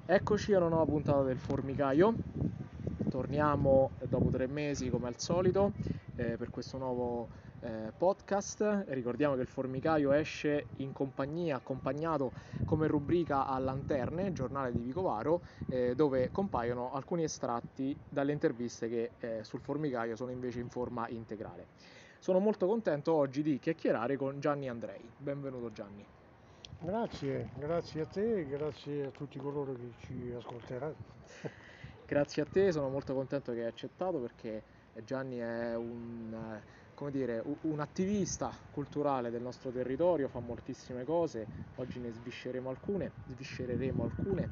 Eccoci a una nuova puntata del Formicaio. Torniamo dopo 3 mesi come al solito per questo nuovo podcast. Ricordiamo che il Formicaio esce in compagnia, accompagnato come rubrica a Lanterne, giornale di Vicovaro, dove compaiono alcuni estratti dalle interviste che sul Formicaio sono invece in forma integrale. Sono molto contento oggi di chiacchierare con Gianni Andrei. Benvenuto Gianni. Grazie a te e grazie a tutti coloro che ci ascolteranno. Grazie a te, sono molto contento che hai accettato perché Gianni è un attivista culturale del nostro territorio, fa moltissime cose, oggi ne sviscereremo alcune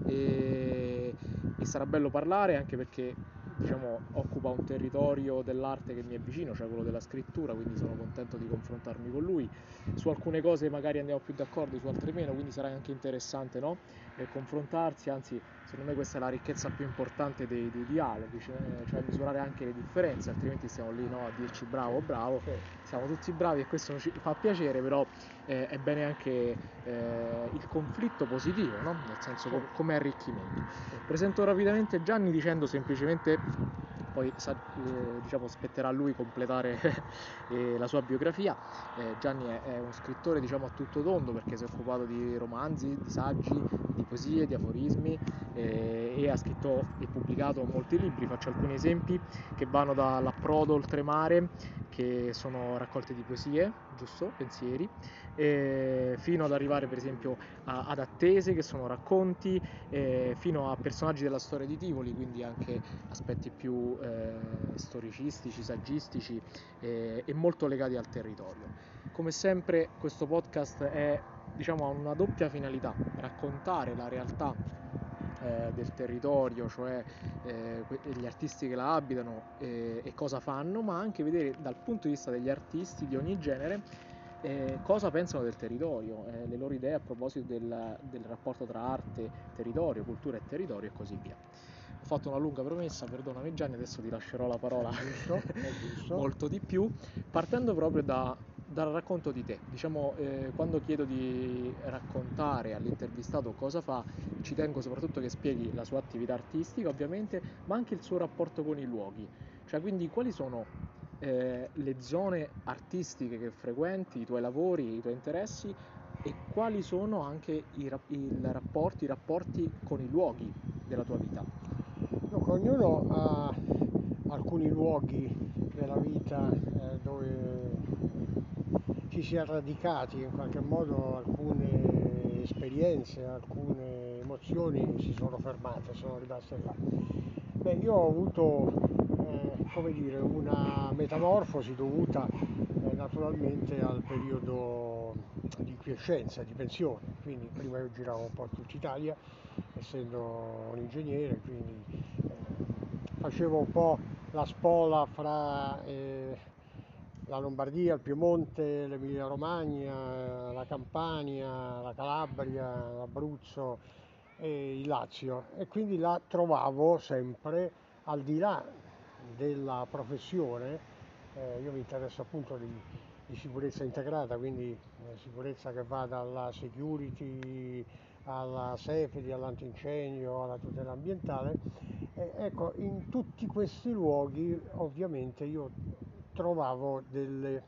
e sarà bello parlare anche perché occupa un territorio dell'arte che mi è vicino, cioè quello della scrittura, quindi sono contento di confrontarmi con lui. Su alcune cose magari andiamo più d'accordo, su altre meno, quindi sarà anche interessante, no? Confrontarsi, anzi secondo me questa è la ricchezza più importante dei dialoghi, cioè misurare anche le differenze, altrimenti stiamo lì, no, a dirci bravo, bravo, siamo tutti bravi e questo ci fa piacere, però è bene anche il conflitto positivo, no? Nel senso come arricchimento. Presento rapidamente Gianni dicendo semplicemente, poi spetterà a lui completare la sua biografia. Gianni è uno scrittore a tutto tondo perché si è occupato di romanzi, di saggi, di poesie, di aforismi e ha scritto e pubblicato molti libri. Faccio alcuni esempi che vanno dall'Approdo oltremare, che sono raccolte di poesie, giusto? Pensieri, fino ad arrivare per esempio ad Attese, che sono racconti, fino a personaggi della storia di Tivoli, quindi anche aspetti più storicistici, saggistici e molto legati al territorio. Come sempre questo podcast ha una doppia finalità: raccontare la realtà del territorio, cioè gli artisti che la abitano e cosa fanno, ma anche vedere dal punto di vista degli artisti di ogni genere cosa pensano del territorio, le loro idee a proposito del rapporto tra arte, territorio, cultura e territorio e così via. Ho fatto una lunga promessa, perdonami Gianni, adesso ti lascerò la parola È giusto. molto di più, partendo proprio dal racconto di te. Quando chiedo di raccontare all'intervistato cosa fa, ci tengo soprattutto che spieghi la sua attività artistica, ovviamente, ma anche il suo rapporto con i luoghi. Cioè, quindi quali sono le zone artistiche che frequenti, i tuoi lavori, i tuoi interessi e quali sono anche i rapporti con i luoghi della tua vita. Dunque, ognuno ha alcuni luoghi della vita dove ci si è radicati, in qualche modo alcune esperienze, alcune emozioni si sono fermate, sono rimaste là. Io ho avuto una metamorfosi dovuta naturalmente al periodo di quiescenza, di pensione, quindi prima io giravo un po' tutta Italia, essendo un ingegnere, quindi facevo un po' la spola fra la Lombardia, il Piemonte, l'Emilia Romagna, la Campania, la Calabria, l'Abruzzo e il Lazio, e quindi la trovavo sempre al di là della professione. Io mi interesso appunto di sicurezza integrata, quindi sicurezza che va dalla security alla safety, all'antincendio, alla tutela ambientale. Ecco, in tutti questi luoghi ovviamente io trovavo delle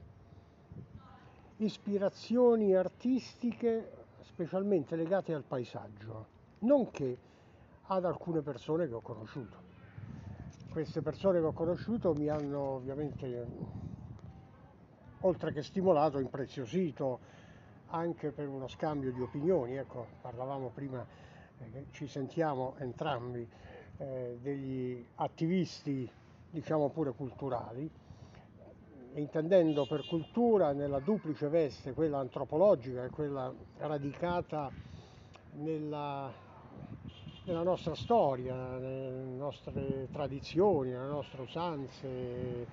ispirazioni artistiche specialmente legate al paesaggio, nonché ad alcune persone che ho conosciuto. Queste persone che ho conosciuto mi hanno ovviamente, oltre che stimolato, impreziosito anche per uno scambio di opinioni. Ecco, parlavamo prima, ci sentiamo entrambi degli attivisti, diciamo pure culturali, intendendo per cultura nella duplice veste, quella antropologica e quella radicata nella, nella nostra storia, nelle nostre tradizioni, nelle nostre usanze,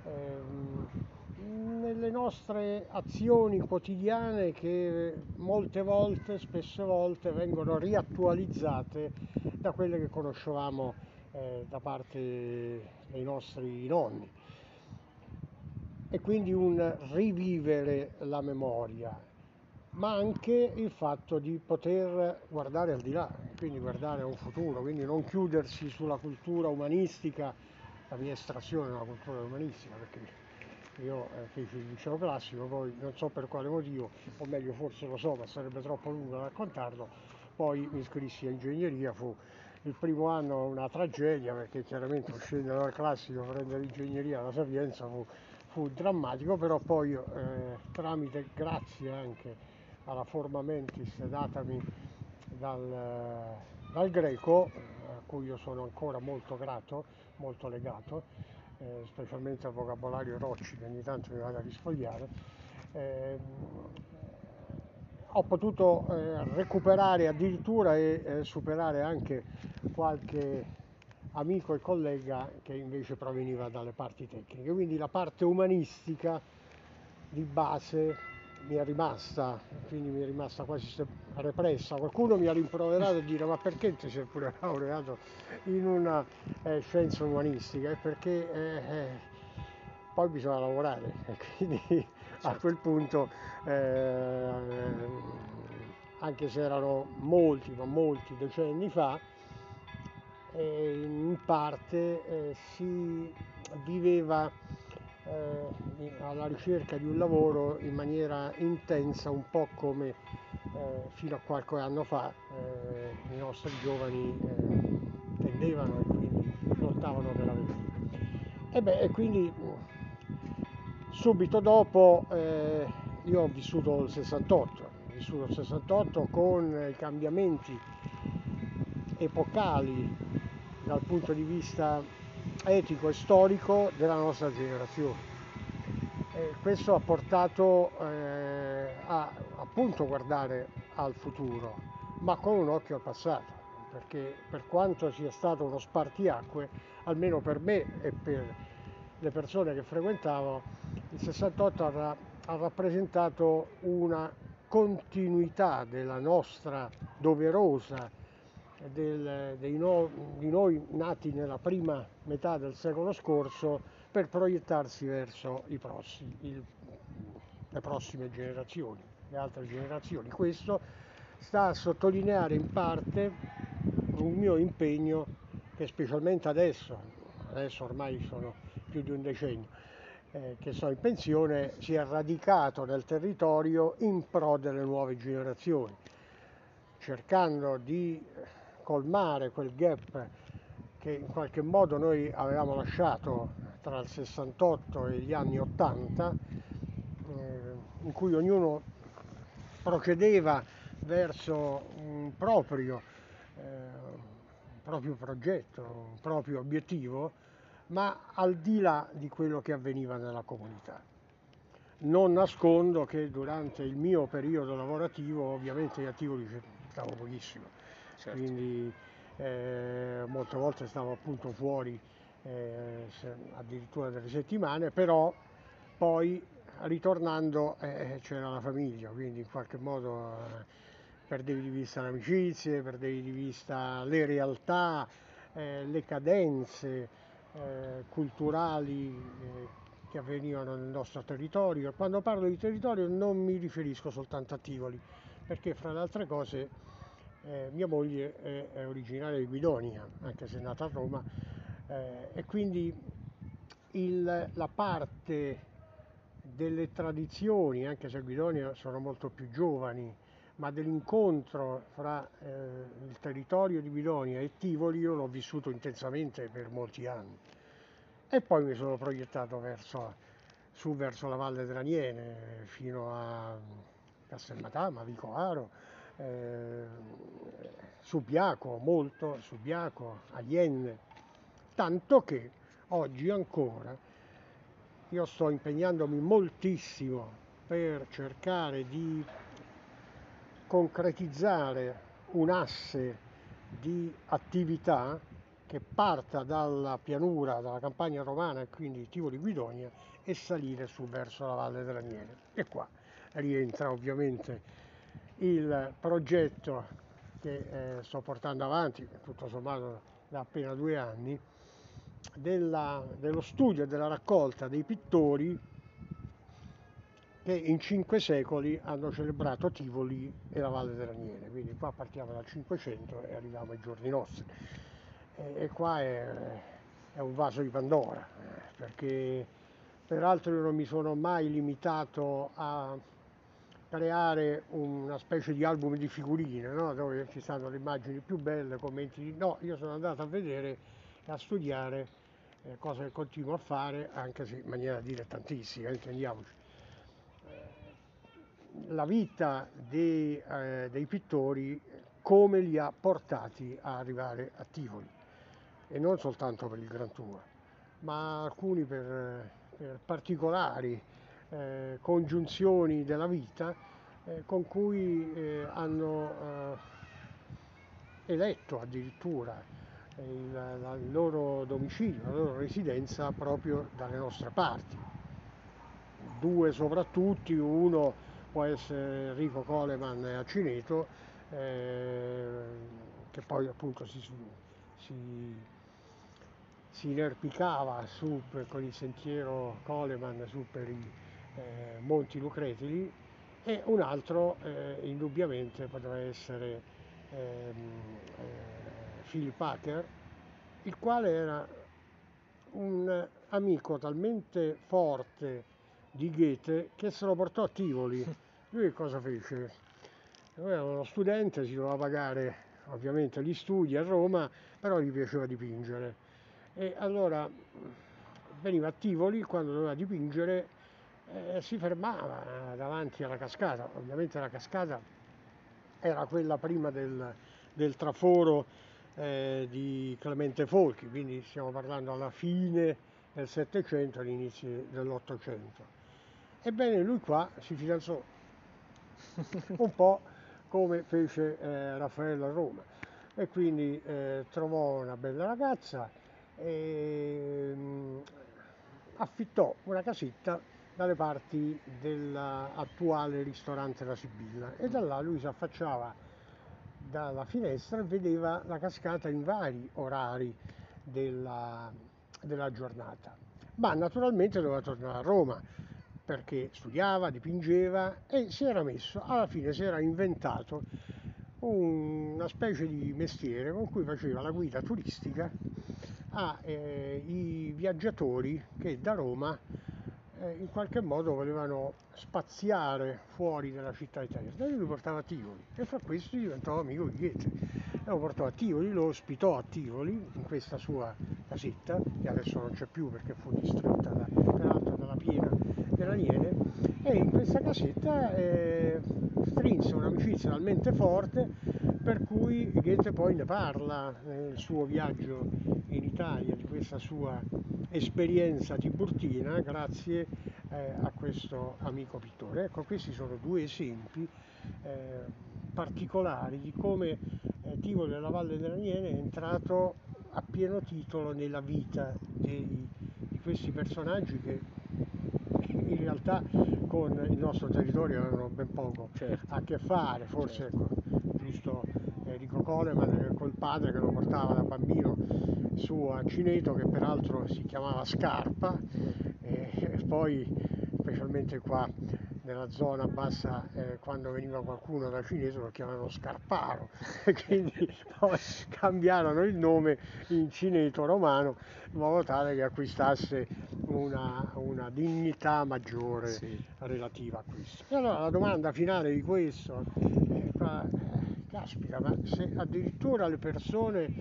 nelle nostre azioni quotidiane che molte volte, spesse volte, vengono riattualizzate da quelle che conoscevamo da parte dei nostri nonni. E quindi un rivivere la memoria. ma anche il fatto di poter guardare al di là, quindi guardare a un futuro, quindi non chiudersi sulla cultura umanistica, la mia estrazione dalla cultura umanistica, perché io feci il liceo classico, poi non so per quale motivo, o meglio forse lo so, ma sarebbe troppo lungo da raccontarlo, poi mi iscrissi a ingegneria, fu il primo anno una tragedia, perché chiaramente uscendo dal classico prendere ingegneria alla Sapienza fu drammatico, però poi grazie anche alla forma mentis datami dal greco, a cui io sono ancora molto grato, molto legato, specialmente al vocabolario Rocci che ogni tanto mi vado a risfogliare, ehm, ho potuto recuperare addirittura e superare anche qualche amico e collega che invece proveniva dalle parti tecniche. Quindi la parte umanistica di base mi è rimasta, quindi mi è rimasta quasi repressa. Qualcuno mi ha rimproverato a dire: ma perché ti sei pure laureato in una scienza umanistica? Perché poi bisogna lavorare e quindi a Certo. quel punto, anche se erano molti, ma molti decenni fa, in parte si viveva alla ricerca di un lavoro in maniera intensa, un po' come fino a qualche anno fa i nostri giovani tendevano e quindi lottavano per avere. E quindi subito dopo io ho vissuto il 68 con i cambiamenti epocali dal punto di vista etico e storico della nostra generazione. E questo ha portato a appunto guardare al futuro, ma con un occhio al passato, perché per quanto sia stato uno spartiacque, almeno per me e per le persone che frequentavo, il 68 ha rappresentato una continuità della nostra doverosa di noi nati nella prima metà del secolo scorso per proiettarsi verso le prossime generazioni, le altre generazioni. Questo sta a sottolineare in parte un mio impegno che specialmente adesso ormai sono più di un decennio, che sono in pensione, si è radicato nel territorio in pro delle nuove generazioni, cercando di colmare quel gap che in qualche modo noi avevamo lasciato tra il 68 e gli anni 80, in cui ognuno procedeva verso un proprio progetto, un proprio obiettivo, ma al di là di quello che avveniva nella comunità. Non nascondo che durante il mio periodo lavorativo ovviamente io attivo stavo pochissimo, Certo. quindi molte volte stavo appunto fuori addirittura delle settimane, però poi ritornando c'era la famiglia, quindi in qualche modo perdevi di vista le amicizie, perdevi di vista le realtà, le cadenze culturali che avvenivano nel nostro territorio. E quando parlo di territorio non mi riferisco soltanto a Tivoli, perché fra le altre cose mia moglie è originaria di Guidonia, anche se è nata a Roma, e quindi la parte delle tradizioni, anche se a Guidonia sono molto più giovani, ma dell'incontro fra il territorio di Guidonia e Tivoli io l'ho vissuto intensamente per molti anni. E poi mi sono proiettato verso la Valle dell'Aniene, fino a Castelmatama, Vicoaro, eh, Subiaco, molto, Subiaco, Aienne, tanto che oggi ancora io sto impegnandomi moltissimo per cercare di concretizzare un asse di attività che parta dalla pianura, dalla campagna romana e quindi Tivoli-Guidonia e salire su verso la Valle dell'Aniene. E qua rientra ovviamente il progetto che sto portando avanti, tutto sommato da appena 2 anni, dello studio e della raccolta dei pittori che in 5 secoli hanno celebrato Tivoli e la Valle dell'Aniene, quindi qua partiamo dal 500 e arriviamo ai giorni nostri. E qua è un vaso di Pandora, perché peraltro io non mi sono mai limitato a creare una specie di album di figurine, no? Dove ci stanno le immagini più belle, commenti. No, io sono andato a vedere e a studiare, cosa che continuo a fare, anche se in maniera dilettantistica, intendiamoci. La vita dei pittori, come li ha portati a arrivare a Tivoli, e non soltanto per il Gran Tour, ma alcuni per particolari congiunzioni della vita, con cui hanno eletto addirittura il loro domicilio, la loro residenza proprio dalle nostre parti. Due soprattutto, uno può essere Enrico Coleman a Cineto, che poi appunto si, si inerpicava con il sentiero Coleman su per i Monti Lucretili, e un altro indubbiamente poteva essere Phil Packer, il quale era un amico talmente forte di Goethe che se lo portò a Tivoli. Lui che cosa fece? Lui era uno studente, si doveva pagare ovviamente gli studi a Roma, però gli piaceva dipingere. E allora veniva a Tivoli quando doveva dipingere, si fermava davanti alla cascata. Ovviamente la cascata era quella prima del traforo di Clemente Folchi, quindi stiamo parlando alla fine del Settecento, all'inizio dell'Ottocento. Ebbene, lui qua si fidanzò, un po' come fece Raffaello a Roma, e quindi trovò una bella ragazza e affittò una casetta dalle parti dell'attuale ristorante La Sibilla, e da là lui si affacciava dalla finestra e vedeva la cascata in vari orari della giornata. Ma naturalmente doveva tornare a Roma perché studiava, dipingeva, e alla fine si era inventato una specie di mestiere con cui faceva la guida turistica ai viaggiatori che da Roma in qualche modo volevano spaziare fuori dalla città eterna, e lui li portava a Tivoli, e fra questi diventò amico di Goethe e lo portò a Tivoli, lo ospitò a Tivoli in questa sua casetta, che adesso non c'è più perché fu distrutta peraltro dalla piena dell'Aniene, e in questa casetta strinse un'amicizia talmente forte per cui Goethe poi ne parla nel suo viaggio in Italia, di questa sua esperienza tiburtina grazie a questo amico pittore. Ecco, questi sono due esempi particolari di come Tivoli della Valle dell'Aniene è entrato a pieno titolo nella vita di questi personaggi che in realtà con il nostro territorio avevano ben poco a che fare. Forse ecco, giusto Enrico Coleman col padre che lo portava da bambino su a Cineto, che peraltro si chiamava Scarpa, e poi specialmente qua nella zona bassa, quando veniva qualcuno da Cineto lo chiamavano Scarparo e quindi poi cambiarono il nome in Cineto romano in modo tale che acquistasse una dignità maggiore relativa a questo. E allora la domanda finale di questo è caspita, ma se addirittura le persone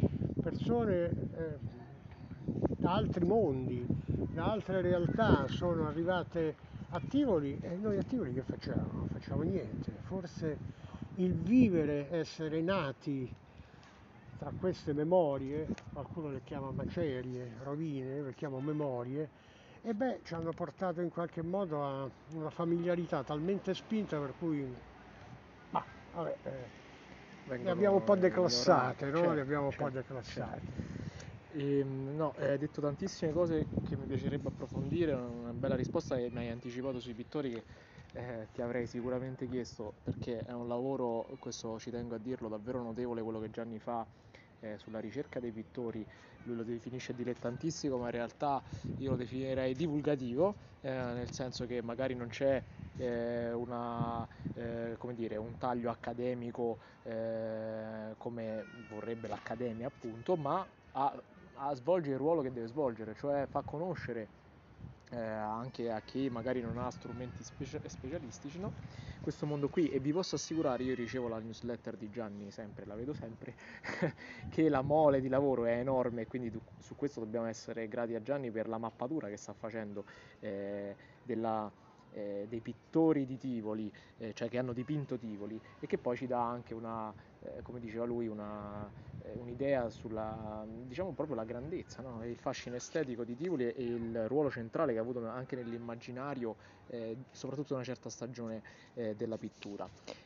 da altri mondi, da altre realtà sono arrivate a Tivoli, e noi a Tivoli che facciamo? Non facciamo niente. Forse il vivere, essere nati tra queste memorie, qualcuno le chiama macerie, rovine, io le chiamo memorie, e beh, ci hanno portato in qualche modo a una familiarità talmente spinta per cui, ma vabbè, le abbiamo un po' declassate, no? certo, Le abbiamo un po' certo, declassate. No, hai detto tantissime cose che mi piacerebbe approfondire, una bella risposta che mi hai anticipato sui pittori che ti avrei sicuramente chiesto, perché è un lavoro, questo ci tengo a dirlo, davvero notevole quello che Gianni fa sulla ricerca dei pittori. Lui lo definisce dilettantistico, ma in realtà io lo definirei divulgativo, nel senso che magari non c'è come dire, un taglio accademico come vorrebbe l'accademia, appunto, ma svolge il ruolo che deve svolgere, cioè fa conoscere anche a chi magari non ha strumenti specialistici, no? Questo mondo qui. E vi posso assicurare, io ricevo la newsletter di Gianni sempre, la vedo sempre, che la mole di lavoro è enorme, e quindi su questo dobbiamo essere grati a Gianni per la mappatura che sta facendo della, dei pittori di Tivoli, cioè che hanno dipinto Tivoli, e che poi ci dà anche una, come diceva lui, un'idea sulla, diciamo, proprio la grandezza, no? Il fascino estetico di Tivoli e il ruolo centrale che ha avuto anche nell'immaginario, soprattutto in una certa stagione della pittura.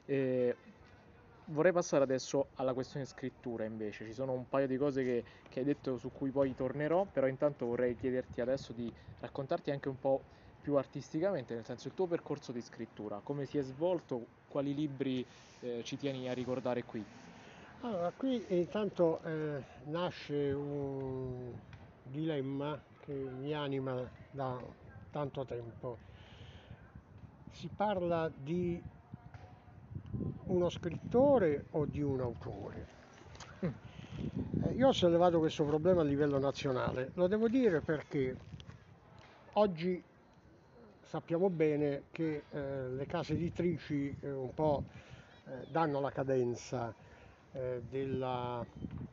Vorrei passare adesso alla questione scrittura, invece. Ci sono un paio di cose che hai detto su cui poi tornerò, però intanto vorrei chiederti adesso di raccontarti anche un po' più artisticamente, nel senso il tuo percorso di scrittura, come si è svolto, quali libri ci tieni a ricordare qui? Allora, qui intanto nasce un dilemma che mi anima da tanto tempo. Si parla di uno scrittore o di un autore? Io ho sollevato questo problema a livello nazionale, lo devo dire perché oggi sappiamo bene che le case editrici un po' danno la cadenza della,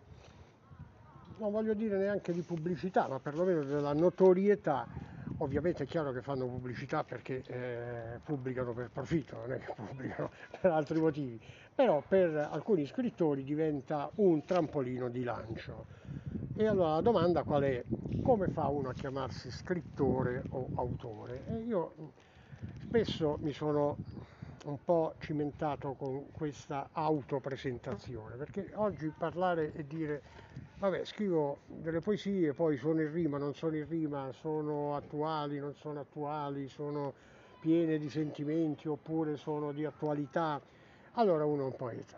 non voglio dire neanche di pubblicità, ma perlomeno della notorietà. Ovviamente è chiaro che fanno pubblicità perché pubblicano per profitto, non è che pubblicano per altri motivi, però per alcuni scrittori diventa un trampolino di lancio. E allora la domanda qual è? Come fa uno a chiamarsi scrittore o autore? E io spesso mi sono un po' cimentato con questa autopresentazione, perché oggi parlare e dire vabbè, scrivo delle poesie, poi sono in rima, non sono in rima, sono attuali, non sono attuali, sono piene di sentimenti oppure sono di attualità, allora uno è un poeta.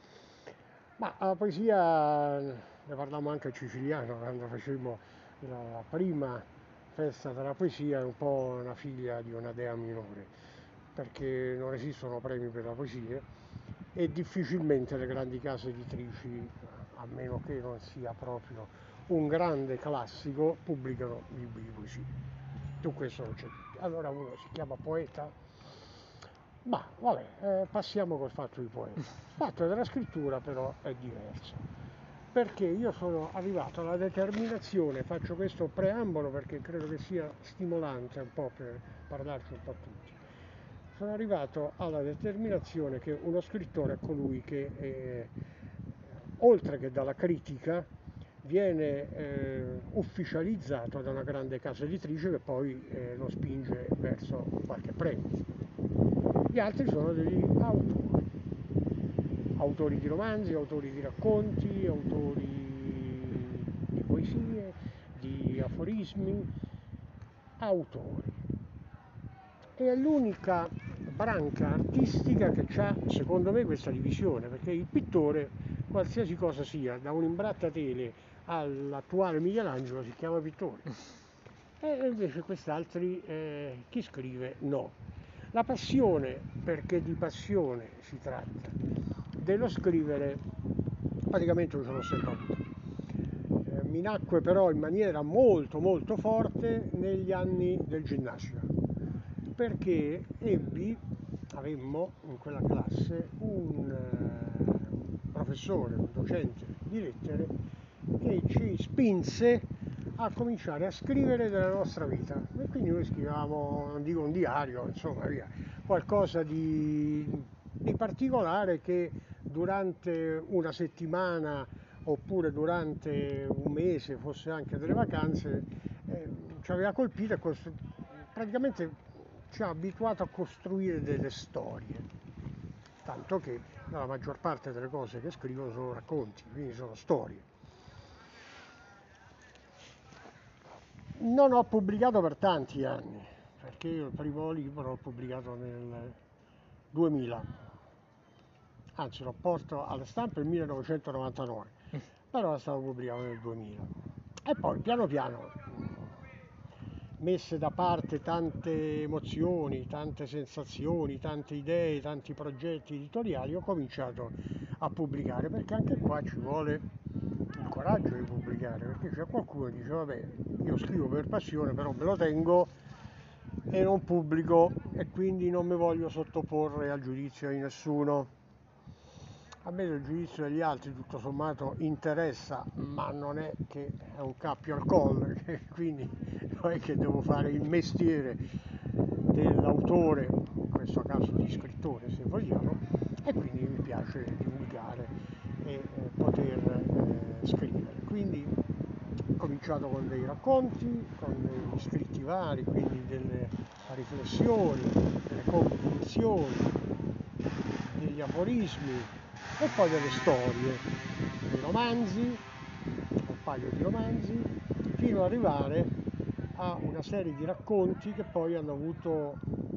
Ma la poesia, ne parlavamo anche a Siciliano quando facemmo la prima festa della poesia, è un po' una figlia di una dea minore, perché non esistono premi per la poesia e difficilmente le grandi case editrici, a meno che non sia proprio un grande classico, pubblicano libri di poesia. Tu questo non c'è. Allora uno si chiama poeta? Ma vabbè, passiamo col fatto di poeta. Il fatto della scrittura però è diverso, perché io sono arrivato alla determinazione, faccio questo preambolo perché credo che sia stimolante un po' per parlarci un po' tutti. Sono arrivato alla determinazione che uno scrittore è colui che, oltre che dalla critica, viene ufficializzato da una grande casa editrice che poi lo spinge verso qualche premio. Gli altri sono degli autori, autori di romanzi, autori di racconti, autori di poesie, di aforismi, autori. È l'unica branca artistica che ha, secondo me, questa divisione, perché il pittore, qualsiasi cosa sia, da un imbrattatele all'attuale Michelangelo, si chiama pittore. E invece quest'altri, chi scrive, no. La passione, perché di passione si tratta, dello scrivere, praticamente non ce l'ho sempre avuto. Mi nacque però in maniera molto molto forte negli anni del ginnasio, perché avemmo in quella classe un professore, un docente di lettere, che ci spinse a cominciare a scrivere della nostra vita. E quindi noi scrivevamo, non dico un diario, insomma, via, qualcosa di particolare che durante una settimana oppure durante un mese, fosse anche delle vacanze, ci aveva colpito e praticamente ci ha abituato a costruire delle storie, tanto che la maggior parte delle cose che scrivo sono racconti, quindi sono storie. Non ho pubblicato per tanti anni, perché io il primo libro l'ho pubblicato nel 2000, anzi lo porto alla stampa nel 1999, però è stato pubblicato nel 2000. E poi piano piano, messe da parte tante emozioni, tante sensazioni, tante idee, tanti progetti editoriali, ho cominciato a pubblicare, perché anche qua ci vuole il coraggio di pubblicare, perché c'è qualcuno che dice vabbè, io scrivo per passione, però me lo tengo e non pubblico e quindi non mi voglio sottoporre al giudizio di nessuno. A me il giudizio degli altri tutto sommato interessa, ma non è che è un cappio al collo, quindi non è che devo fare il mestiere dell'autore, in questo caso di scrittore se vogliamo, e quindi mi piace divulgare e poter scrivere. Quindi ho cominciato con dei racconti, con degli scritti vari, quindi delle riflessioni, delle composizioni, degli aforismi e poi delle storie, dei romanzi, un paio di romanzi, fino ad arrivare a una serie di racconti che poi hanno avuto,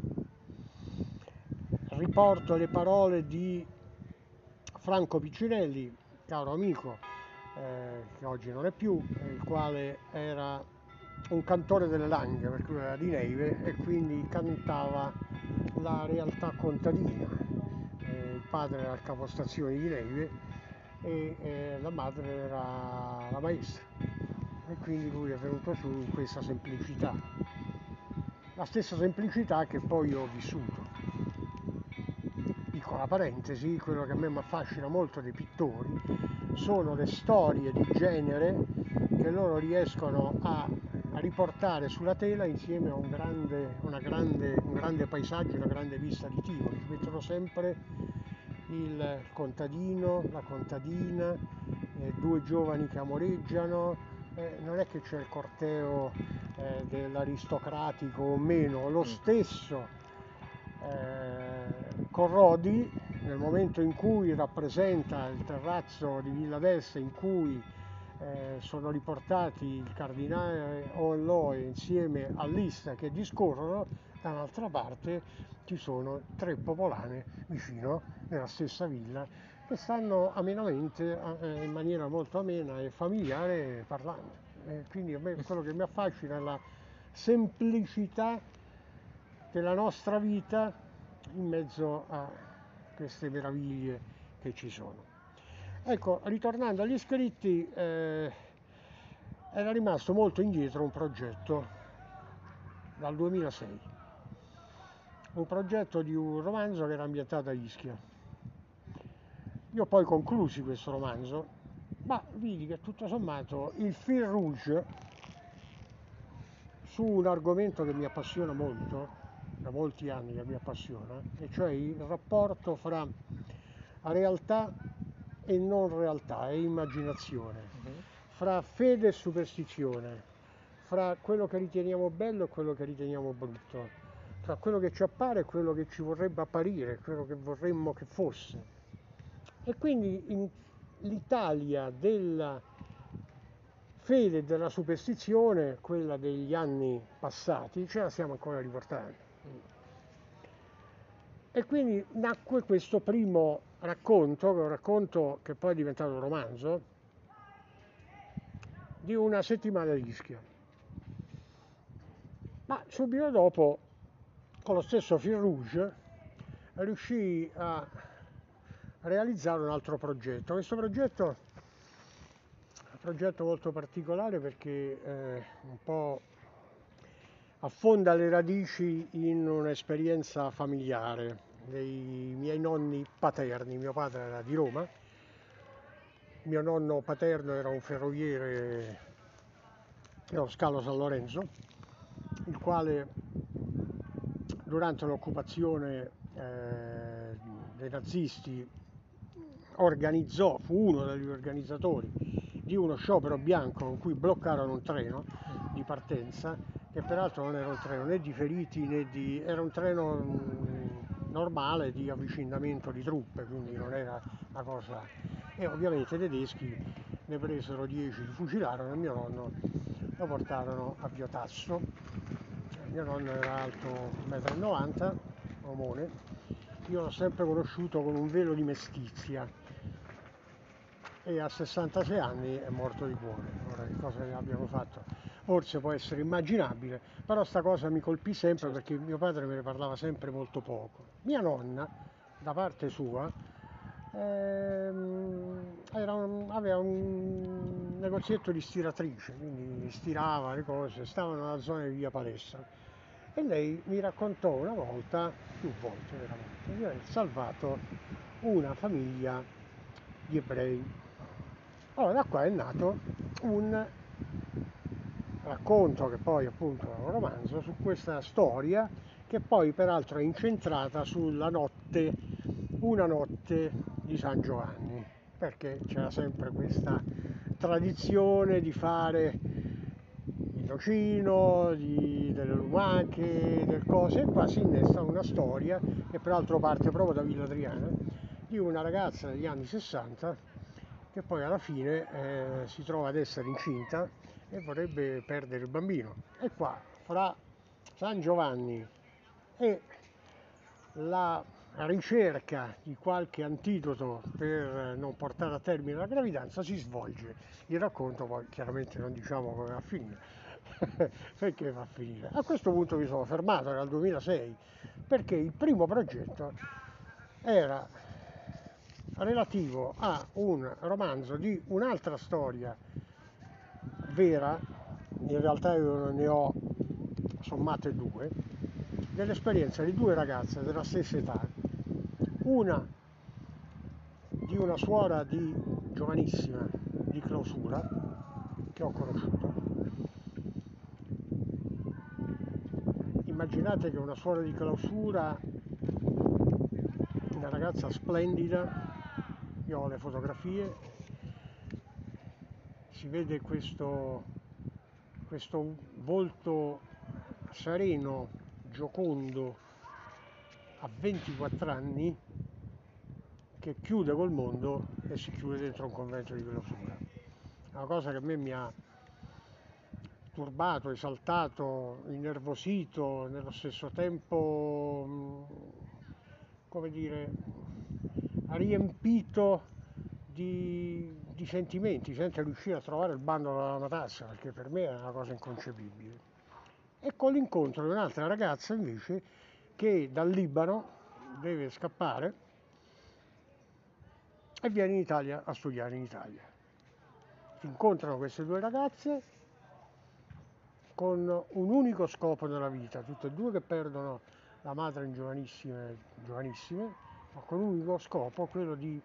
riporto le parole di Franco Piccinelli, caro amico, che oggi non è più, il quale era un cantore delle Langhe, perché lui era di Neive e quindi cantava la realtà contadina. Il padre era il capostazione di Neive e la madre era la maestra, e quindi lui è venuto su in questa semplicità, la stessa semplicità che poi ho vissuto. Piccola parentesi, quello che a me mi affascina molto dei pittori sono le storie di genere che loro riescono a riportare sulla tela insieme a un grande paesaggio, una grande vista di Tivoli. Ci mettono sempre il contadino, la contadina, due giovani che amoreggiano, non è che c'è il corteo dell'aristocratico o meno, lo stesso Corrodi, nel momento in cui rappresenta il terrazzo di Villa d'Este, in cui sono riportati il cardinale Oelloe insieme a Lista che discorrono, dall'altra parte ci sono tre popolane vicino, nella stessa villa, che stanno amenamente, in maniera molto amena e familiare, parlando. Quindi a me quello che mi affascina è la semplicità della nostra vita in mezzo a queste meraviglie che ci sono. Ecco, ritornando agli scritti, era rimasto molto indietro un progetto dal 2006, un progetto di un romanzo che era ambientato a Ischia. Io poi conclusi questo romanzo, ma vidi che tutto sommato il fil rouge su un argomento che mi appassiona molto, da molti anni che mi appassiona, e cioè il rapporto fra realtà e non realtà e immaginazione, fra fede e superstizione, fra quello che riteniamo bello e quello che riteniamo brutto, fra quello che ci appare e quello che ci vorrebbe apparire, quello che vorremmo che fosse. E quindi l'Italia della fede e della superstizione, quella degli anni passati, ce la stiamo ancora riportando. E quindi nacque questo primo racconto, che è un racconto che poi è diventato un romanzo, di una settimana di Ischia. Ma subito dopo, con lo stesso fil rouge, riuscii a realizzare un altro progetto. Questo progetto è un progetto molto particolare perché un po' affonda le radici in un'esperienza familiare dei miei nonni paterni. Mio padre era di Roma, mio nonno paterno era un ferroviere dello scalo San Lorenzo, il quale durante l'occupazione dei nazisti fu uno degli organizzatori di uno sciopero bianco con cui bloccarono un treno di partenza, che peraltro non era un treno né di feriti né di... era un treno normale di avvicinamento di truppe, quindi non era una cosa... E ovviamente i tedeschi ne presero 10, li fucilarono e mio nonno lo portarono a Viotasso. Mio nonno era alto 1,90 m, omone. Io l'ho sempre conosciuto con un velo di mestizia, e a 66 anni è morto di cuore. Ora che cosa ne abbiamo fatto? Forse può essere immaginabile, però sta cosa mi colpì sempre Certo. perché mio padre me ne parlava sempre molto poco. Mia nonna, da parte sua, aveva un negozietto di stiratrice, quindi stirava le cose, stava nella zona di via Palestra. E lei mi raccontò una volta, più volte veramente, di aver salvato una famiglia di ebrei. Allora da qua è nato un racconto, che poi appunto è un romanzo, su questa storia che poi peraltro è incentrata sulla notte, una notte di San Giovanni, perché c'era sempre questa tradizione di fare il nocino, delle lumache, del cose, e qua si innesta una storia che peraltro parte proprio da Villa Adriana, di una ragazza degli anni 60 che poi alla fine si trova ad essere incinta e vorrebbe perdere il bambino. E qua, fra San Giovanni e la ricerca di qualche antidoto per non portare a termine la gravidanza, si svolge il racconto. Poi chiaramente non diciamo come va a finire, perché va a finire. A questo punto mi sono fermato, era il 2006, perché il primo progetto era relativo a un romanzo di un'altra storia vera, in realtà io ne ho sommate due, dell'esperienza di due ragazze della stessa età, una di una suora di giovanissima di clausura che ho conosciuto. Immaginate che una suora di clausura, una ragazza splendida, io ho le fotografie, si vede questo volto sereno, giocondo, a 24 anni, che chiude col mondo e si chiude dentro un convento di clausura. Una cosa che a me mi ha turbato, esaltato, innervosito, nello stesso tempo, come dire, riempito di sentimenti, senza riuscire a trovare il bandolo della matassa, perché per me è una cosa inconcepibile. E con l'incontro di un'altra ragazza invece che dal Libano deve scappare e viene in Italia a studiare in Italia. Si incontrano queste due ragazze con un unico scopo nella vita, tutte e due che perdono la madre in giovanissime, ma con un unico scopo, quello di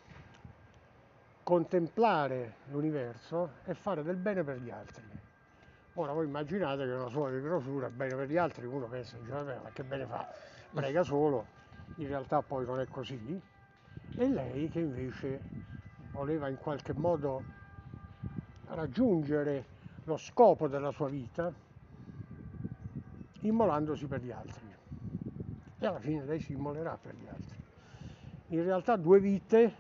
contemplare l'universo e fare del bene per gli altri. Ora voi immaginate che una suora di clausura, bene per gli altri, uno pensa, dice, vabbè, ma che bene fa, prega solo, in realtà poi non è così. E lei che invece voleva in qualche modo raggiungere lo scopo della sua vita immolandosi per gli altri, e alla fine lei si immolerà per gli altri. In realtà due vite,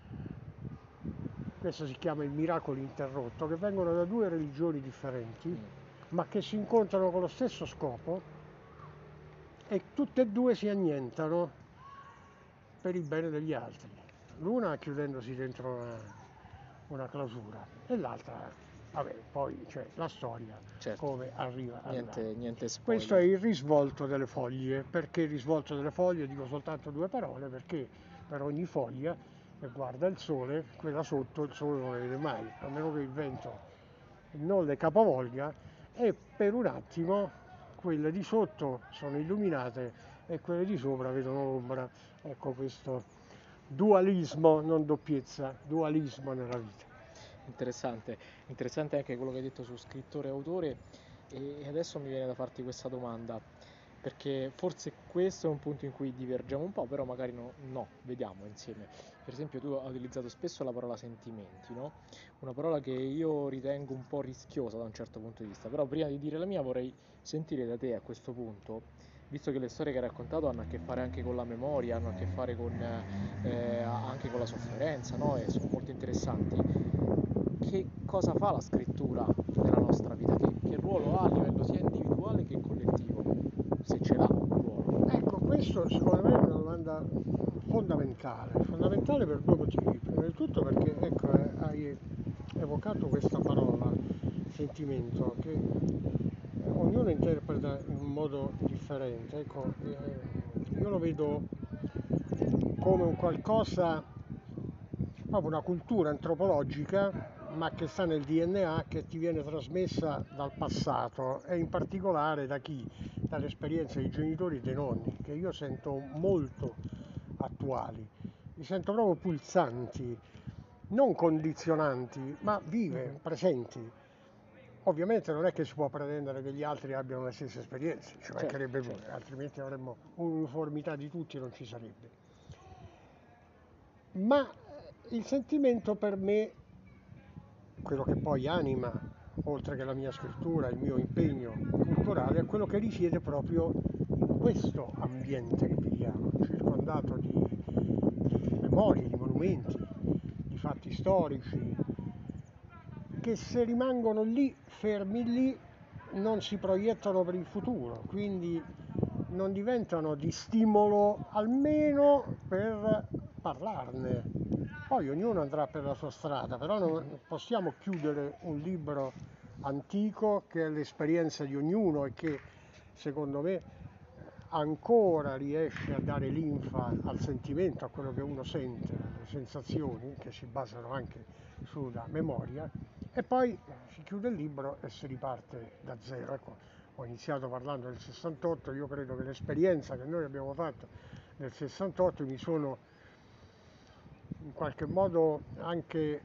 questo si chiama il miracolo interrotto, che vengono da due religioni differenti ma che si incontrano con lo stesso scopo e tutte e due si annientano per il bene degli altri, l'una chiudendosi dentro una clausura e l'altra, vabbè, poi c'è la storia, Certo. come arriva a Niente spoiler. Questo è il risvolto delle foglie. Perché il risvolto delle foglie? Dico soltanto due parole, perché per ogni foglia che guarda il sole, quella sotto il sole non la vede mai, a meno che il vento non le capovolga, e per un attimo quelle di sotto sono illuminate e quelle di sopra vedono l'ombra. Ecco questo dualismo, non doppiezza, dualismo nella vita. Interessante anche quello che hai detto su scrittore e autore, e adesso mi viene da farti questa domanda, perché forse questo è un punto in cui divergiamo un po', però magari no, vediamo insieme. Per esempio tu hai utilizzato spesso la parola sentimenti, no? Una parola che io ritengo un po' rischiosa da un certo punto di vista, però prima di dire la mia vorrei sentire da te a questo punto, visto che le storie che hai raccontato hanno a che fare anche con la memoria, hanno a che fare con, anche con la sofferenza, no? E sono molto interessanti. Che cosa fa la scrittura nella nostra vita? Che ruolo ha a livello sia individuale che collettivo? Se ce l'ha un ruolo. Ecco, questo secondo me è una domanda fondamentale per due motivi. Prima prima di tutto perché ecco, hai evocato questa parola, sentimento, che ognuno interpreta in un modo differente. Ecco, io lo vedo come un qualcosa, proprio una cultura antropologica, ma che sta nel DNA, che ti viene trasmessa dal passato e in particolare da chi? Dall'esperienza dei genitori e dei nonni, che io sento molto attuali, li sento proprio pulsanti, non condizionanti, ma vive, presenti. Ovviamente non è che si può pretendere che gli altri abbiano le stesse esperienze, ci mancherebbe più, altrimenti avremmo un'uniformità di tutti e non ci sarebbe. Ma il sentimento per me, quello che poi anima, oltre che la mia scrittura, il mio impegno culturale, è quello che risiede proprio in questo ambiente che viviamo, circondato di memorie, di monumenti, di fatti storici, che se rimangono lì, fermi lì, non si proiettano per il futuro, quindi non diventano di stimolo almeno per parlarne. Poi ognuno andrà per la sua strada, però non possiamo chiudere un libro antico che è l'esperienza di ognuno e che secondo me ancora riesce a dare linfa al sentimento, a quello che uno sente, alle sensazioni che si basano anche sulla memoria, e poi si chiude il libro e si riparte da zero. Ecco, ho iniziato parlando del 68, io credo che l'esperienza che noi abbiamo fatto nel 68 mi sono in qualche modo anche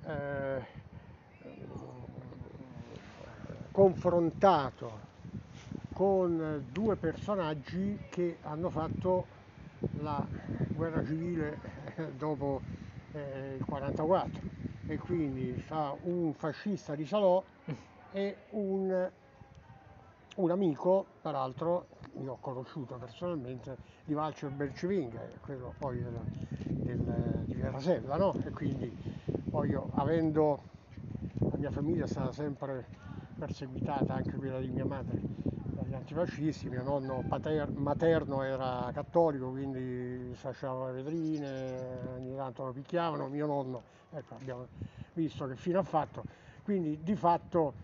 confrontato con due personaggi che hanno fatto la guerra civile dopo il 44, e quindi un fascista di Salò e un amico, peraltro io ho conosciuto personalmente, di Valcio Bercivinga, quello poi di Verasella, no? E quindi poi io, avendo la mia famiglia è stata sempre perseguitata, anche quella di mia madre, dagli antifascisti, mio nonno materno era cattolico, quindi sfasciava le vetrine, ogni tanto lo picchiavano, mio nonno, ecco, abbiamo visto che fine ha fatto, quindi di fatto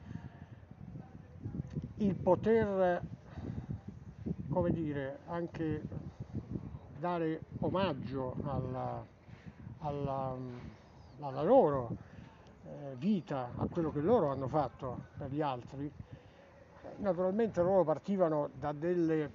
il poter, come dire, anche dare omaggio alla loro vita, a quello che loro hanno fatto per gli altri. Naturalmente loro partivano da delle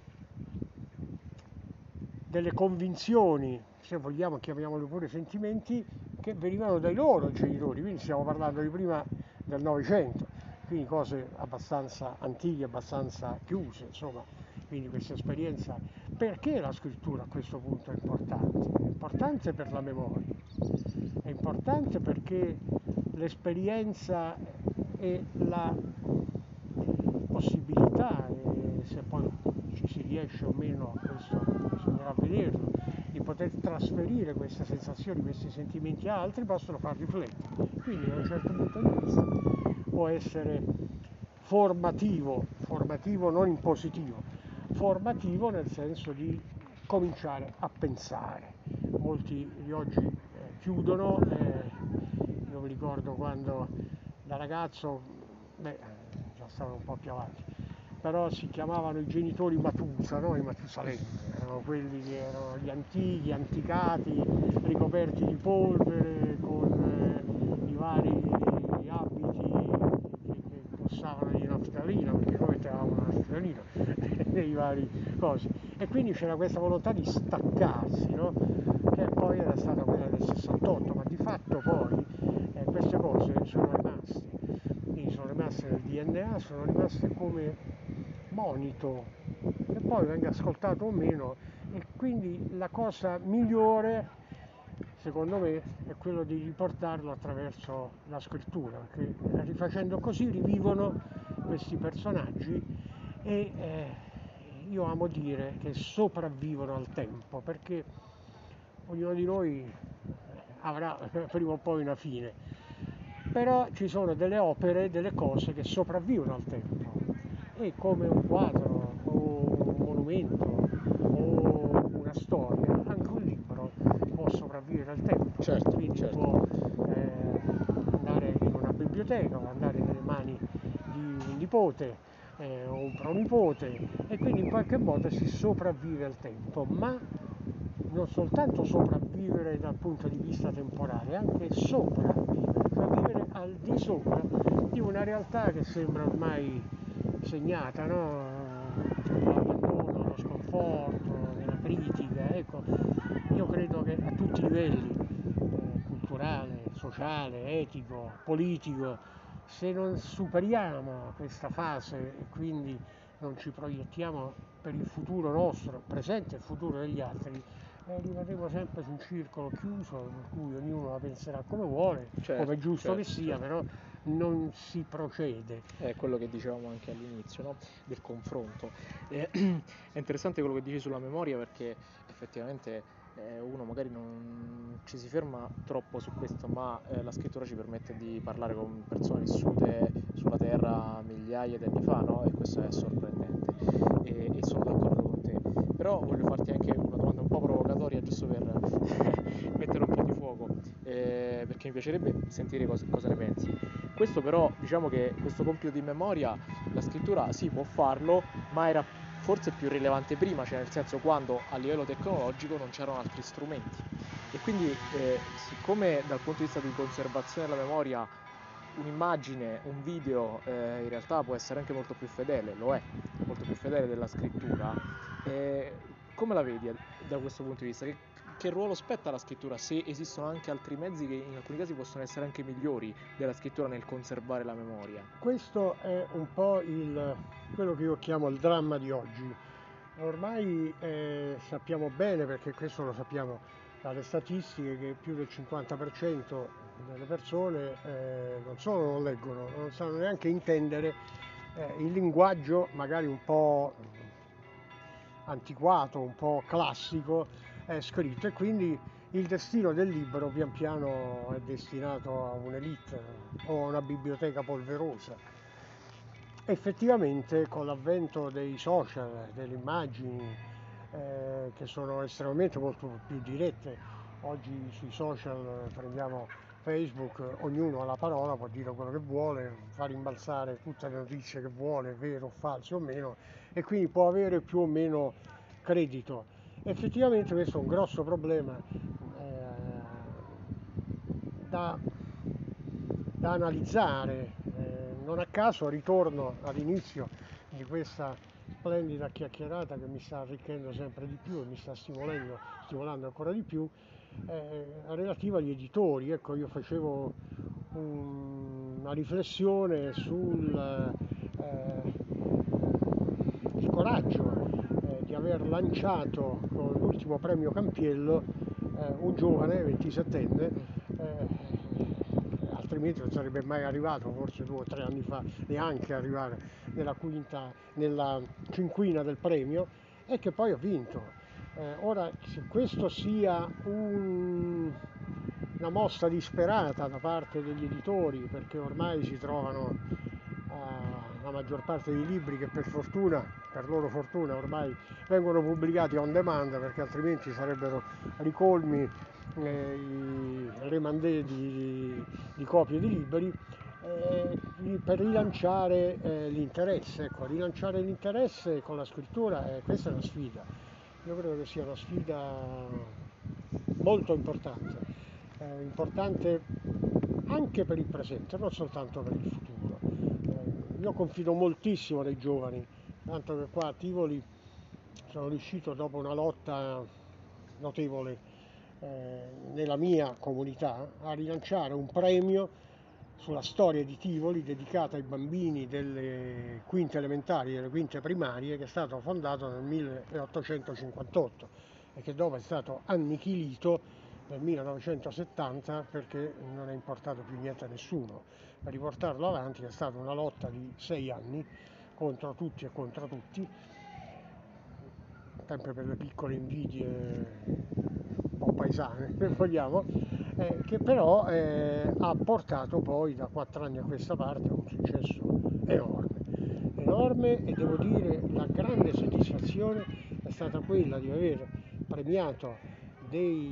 convinzioni, se vogliamo chiamiamole pure sentimenti, che venivano dai loro genitori, quindi stiamo parlando di prima del Novecento, quindi cose abbastanza antiche, abbastanza chiuse, insomma. Quindi questa esperienza, perché la scrittura a questo punto è importante? È importante per la memoria, è importante perché l'esperienza e la possibilità, e se poi ci si riesce o meno, questo bisognerà vederlo, di poter trasferire queste sensazioni, questi sentimenti a altri, possono far riflettere. Quindi da un certo punto di vista può essere formativo non in positivo, formativo nel senso di cominciare a pensare. Molti di oggi chiudono, io mi ricordo quando da ragazzo, già stavo un po' più avanti, però si chiamavano i genitori Matusa, no? I Matusalemme, erano quelli che erano gli antichi, anticati, ricoperti di polvere, con i vari abiti che pussavano di naftalina, perché noi mettevamo la naftalina nei vari cosi, e quindi c'era questa volontà di staccarsi, no? Che poi era stata quella del 68, ma di fatto poi queste cose sono rimaste, quindi sono rimaste nel DNA, sono rimaste come monito, che poi venga ascoltato o meno, e quindi la cosa migliore secondo me è quello di riportarlo attraverso la scrittura, perché rifacendo così rivivono questi personaggi e io amo dire che sopravvivono al tempo, perché ognuno di noi avrà prima o poi una fine, però ci sono delle opere, delle cose che sopravvivono al tempo, e come un quadro o un monumento o una storia, anche un libro può sopravvivere al tempo, Certo, quindi certo. può biblioteca, può andare nelle mani di un nipote o un pronipote, e quindi in qualche modo si sopravvive al tempo, ma non soltanto sopravvivere dal punto di vista temporale, anche sopravvivere, cioè vivere al di sopra di una realtà che sembra ormai segnata, no? L'abbandono, lo sconforto, della critica. Ecco, io credo che a tutti i livelli, culturale, sociale, etico, politico, se non superiamo questa fase e quindi non ci proiettiamo per il futuro nostro, presente e il futuro degli altri, rimarremo sempre su un circolo chiuso per cui ognuno la penserà come vuole, come è giusto che sia, però non si procede. È quello che dicevamo anche all'inizio, no? Del confronto. È interessante quello che dici sulla memoria, perché effettivamente uno magari non ci si ferma troppo su questo, ma la scrittura ci permette di parlare con persone vissute sulla Terra migliaia di anni fa, no? E questo è sorprendente, e sono d'accordo con te. Però voglio farti anche una domanda un po' provocatoria, giusto per mettere un po' di fuoco, perché mi piacerebbe sentire cosa ne pensi. Questo però, diciamo che questo compito di memoria, la scrittura sì, può farlo, ma era forse più rilevante prima, cioè nel senso quando a livello tecnologico non c'erano altri strumenti. E quindi, siccome dal punto di vista di conservazione della memoria un'immagine, un video, in realtà può essere anche molto più fedele, lo è, molto più fedele della scrittura, come la vedi da questo punto di vista? Che ruolo spetta alla scrittura, se esistono anche altri mezzi che in alcuni casi possono essere anche migliori della scrittura nel conservare la memoria? Questo è un po' quello che io chiamo il dramma di oggi. Ormai sappiamo bene, perché questo lo sappiamo dalle statistiche, che più del 50% delle persone non solo non leggono, non sanno neanche intendere il linguaggio magari un po' antiquato, un po' classico scritto, e quindi il destino del libro pian piano è destinato a un'elite o a una biblioteca polverosa. Effettivamente con l'avvento dei social, delle immagini che sono estremamente molto più dirette, oggi sui social prendiamo Facebook, ognuno ha la parola, può dire quello che vuole, fa rimbalzare tutte le notizie che vuole, vero o false o meno, e quindi può avere più o meno credito. Effettivamente questo è un grosso problema da analizzare. Non a caso ritorno all'inizio di questa splendida chiacchierata che mi sta arricchendo sempre di più e mi sta stimolando ancora di più, relativa agli editori. Ecco, io facevo una riflessione sul il coraggio di aver lanciato con l'ultimo premio Campiello un giovane 27enne, altrimenti non sarebbe mai arrivato, forse 2 o 3 anni fa, neanche arrivare nella cinquina del premio, e che poi ha vinto. Ora, se questo sia una mossa disperata da parte degli editori, perché ormai si trovano la maggior parte dei libri che per loro fortuna ormai vengono pubblicati on demand, perché altrimenti sarebbero ricolmi rimandé di copie di libri, per rilanciare l'interesse. Ecco, rilanciare l'interesse con la scrittura, questa è una sfida. Io credo che sia una sfida molto importante anche per il presente, non soltanto per il futuro. Io confido moltissimo nei giovani, tanto che qua a Tivoli sono riuscito, dopo una lotta notevole nella mia comunità, a rilanciare un premio sulla storia di Tivoli dedicato ai bambini delle quinte elementari e delle quinte primarie, che è stato fondato nel 1858 e che dopo è stato annichilito nel 1970 perché non è importato più niente a nessuno. Per riportarlo avanti è stata una lotta di 6 anni contro tutti e contro tutti, sempre per le piccole invidie un po' paesane, se vogliamo, che però ha portato poi da 4 anni a questa parte a un successo enorme, e devo dire la grande soddisfazione è stata quella di aver premiato dei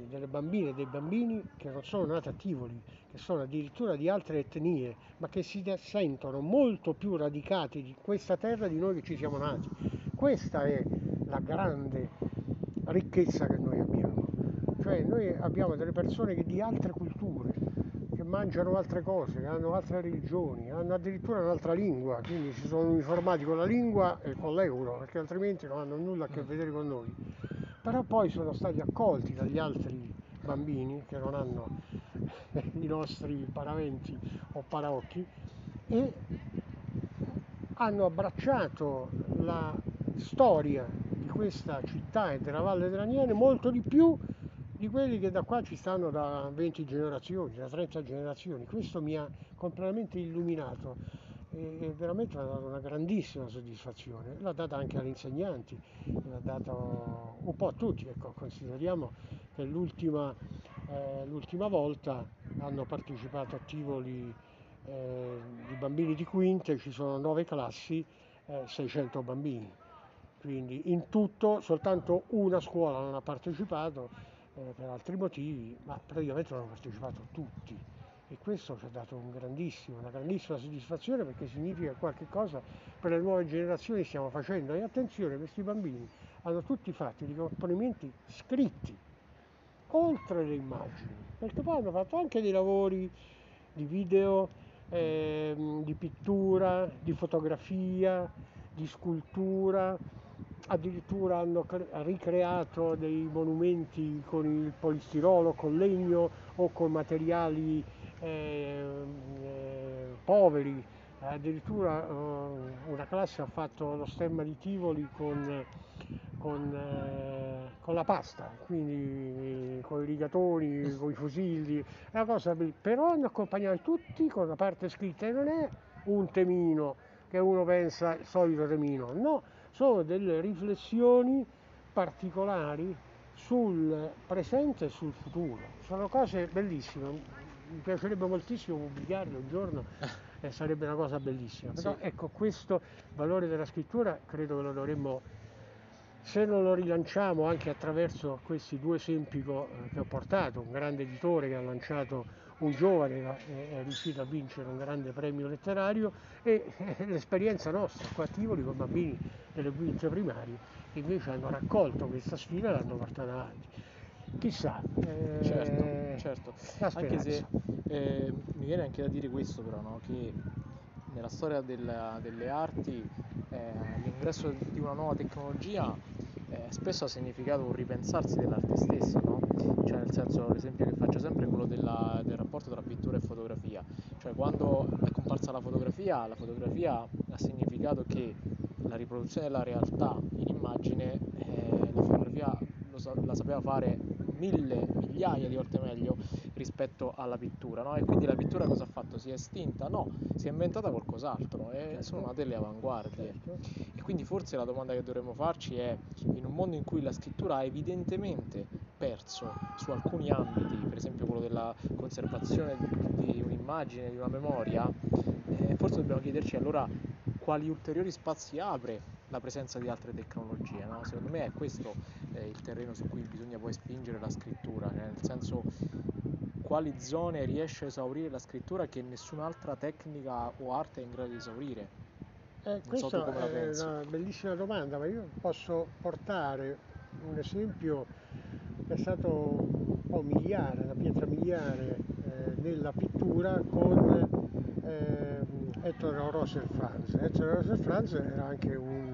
delle bambine e dei bambini che non sono nati a Tivoli, che sono addirittura di altre etnie, ma che si sentono molto più radicati di questa terra di noi che ci siamo nati. Questa è la grande ricchezza che noi abbiamo. Cioè noi abbiamo delle persone che di altre culture, che mangiano altre cose, che hanno altre religioni, hanno addirittura un'altra lingua, quindi si sono uniformati con la lingua e con l'euro, perché altrimenti non hanno nulla a che vedere con noi. Però poi sono stati accolti dagli altri bambini che non hanno i nostri paraventi o paraocchi e hanno abbracciato la storia di questa città e della Valle dell'Aniene molto di più di quelli che da qua ci stanno da 20 generazioni, da 30 generazioni. Questo mi ha completamente illuminato e veramente mi ha dato una grandissima soddisfazione. L'ha data anche agli insegnanti, l'ha data un po' a tutti. Ecco, consideriamo che l'ultima volta hanno partecipato a Tivoli di bambini di quinte, ci sono 9 classi, 600 bambini. Quindi in tutto soltanto una scuola non ha partecipato per altri motivi, ma praticamente hanno partecipato tutti. E questo ci ha dato una grandissima soddisfazione perché significa che qualche cosa per le nuove generazioni stiamo facendo. E attenzione, questi bambini hanno tutti fatto dei componimenti scritti, oltre le immagini, perché poi hanno fatto anche dei lavori di video, di pittura, di fotografia, di scultura, addirittura hanno ricreato dei monumenti con il polistirolo, con legno o con materiali poveri. Addirittura una classe ha fatto lo stemma di Tivoli con la pasta, quindi con i rigatoni, con i fusilli, è una cosa però hanno accompagnato tutti con la parte scritta e non è un temino che uno pensa il solito temino, no, sono delle riflessioni particolari sul presente e sul futuro, sono cose bellissime, mi piacerebbe moltissimo pubblicarle un giorno e sarebbe una cosa bellissima, però Sì. ecco questo valore della scrittura credo che lo dovremmo, se non lo rilanciamo anche attraverso questi due esempi che ho portato, un grande editore che ha lanciato un giovane è riuscito a vincere un grande premio letterario e l'esperienza nostra qua a Tivoli con bambini delle quinte primarie che invece hanno raccolto questa sfida e l'hanno portata avanti. Chissà, Certo, la anche se speranza. mi viene anche da dire questo però, no? Che nella storia delle arti l'ingresso di una nuova tecnologia spesso ha significato un ripensarsi dell'arte stessa, no? Cioè nel senso, l'esempio che faccio sempre è quello del rapporto tra pittura e fotografia, cioè quando è comparsa la fotografia ha significato che la riproduzione della realtà in immagine, la fotografia la sapeva fare migliaia di volte meglio rispetto alla pittura, no? E quindi la pittura cosa ha fatto? Si è estinta? No, si è inventata qualcos'altro e sono Certo, nate le avanguardie. certo. E quindi forse la domanda che dovremmo farci è, in un mondo in cui la scrittura ha evidentemente perso su alcuni ambiti, per esempio quello della conservazione di un'immagine, di una memoria, forse dobbiamo chiederci allora quali ulteriori spazi apre la presenza di altre tecnologie, no? Secondo me è questo il terreno su cui bisogna poi spingere la scrittura, nel senso quali zone riesce a esaurire la scrittura che nessun'altra tecnica o arte è in grado di esaurire. Non so tu Questa come la è pensi. una bellissima domanda, ma io posso portare un esempio che è stato un po' miliare, una pietra miliare nella pittura con Ettore Rosser Franz. Ettore Rosser Franz era anche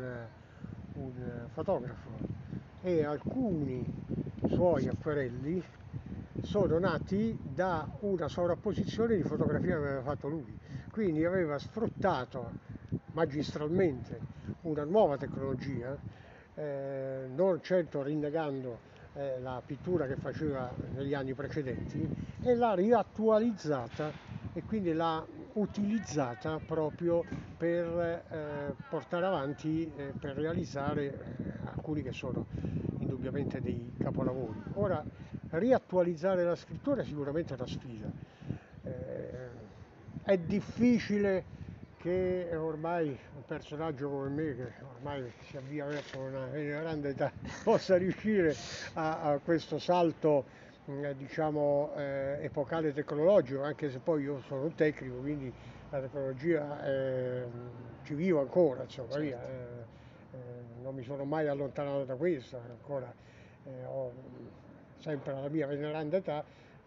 un fotografo e alcuni suoi acquerelli sono nati da una sovrapposizione di fotografie che aveva fatto lui. Quindi aveva sfruttato magistralmente una nuova tecnologia, non certo rinnegando la pittura che faceva negli anni precedenti, e l'ha riattualizzata e quindi l'ha utilizzata proprio per portare avanti, per realizzare alcuni che sono indubbiamente dei capolavori. Ora, riattualizzare la scrittura è sicuramente una sfida. È difficile che ormai un personaggio come me, che ormai si avvia verso una grande età, possa riuscire a questo salto diciamo, epocale tecnologico, anche se poi io sono un tecnico, quindi la tecnologia ci vivo ancora, insomma, via. Certo. Non mi sono mai allontanato da questo, ancora ho sempre la mia veneranda età,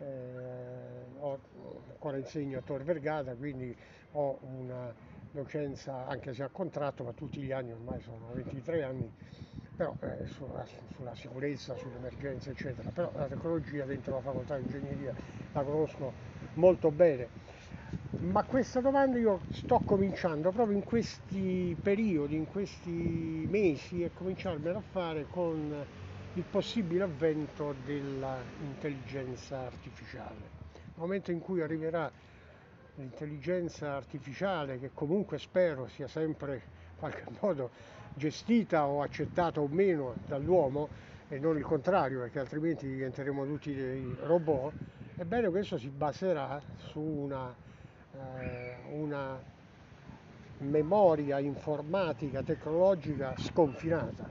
ancora insegno a Tor Vergata, quindi ho una docenza, anche se a contratto, ma tutti gli anni, ormai sono 23 anni, però sulla sicurezza, sull'emergenza, eccetera. Però la tecnologia dentro la facoltà di ingegneria la conosco molto bene. Ma questa domanda io sto cominciando proprio in questi periodi, in questi mesi, a cominciarmela a fare con il possibile avvento dell'intelligenza artificiale. Nel momento in cui arriverà l'intelligenza artificiale, che comunque spero sia sempre in qualche modo gestita o accettata o meno dall'uomo, e non il contrario, perché altrimenti diventeremo tutti dei robot, ebbene questo si baserà su una memoria informatica, tecnologica sconfinata.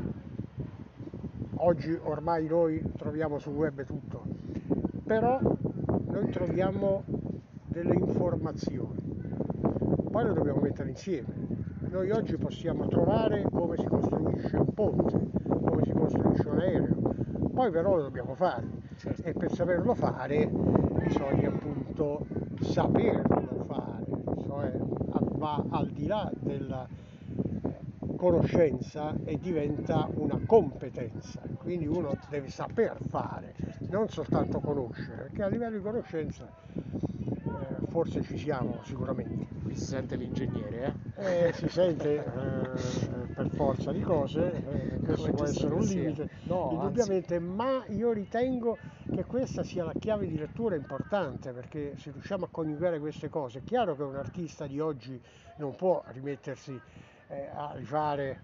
Oggi ormai noi troviamo sul web tutto, però noi troviamo delle informazioni, poi le dobbiamo mettere insieme. Noi oggi possiamo trovare come si costruisce un ponte, come si costruisce un aereo, poi però lo dobbiamo fare, Certo. e per saperlo fare bisogna appunto saperlo fare, cioè va al di là della conoscenza e diventa una competenza, quindi uno deve saper fare, non soltanto conoscere, perché a livello di conoscenza forse ci siamo sicuramente. Qui si sente l'ingegnere, Si sente per forza di cose, questo come può giusto essere che un sia. limite, No, anzi, indubbiamente, ma io ritengo che questa sia la chiave di lettura importante, perché se riusciamo a coniugare queste cose, è chiaro che un artista di oggi non può rimettersi a rifare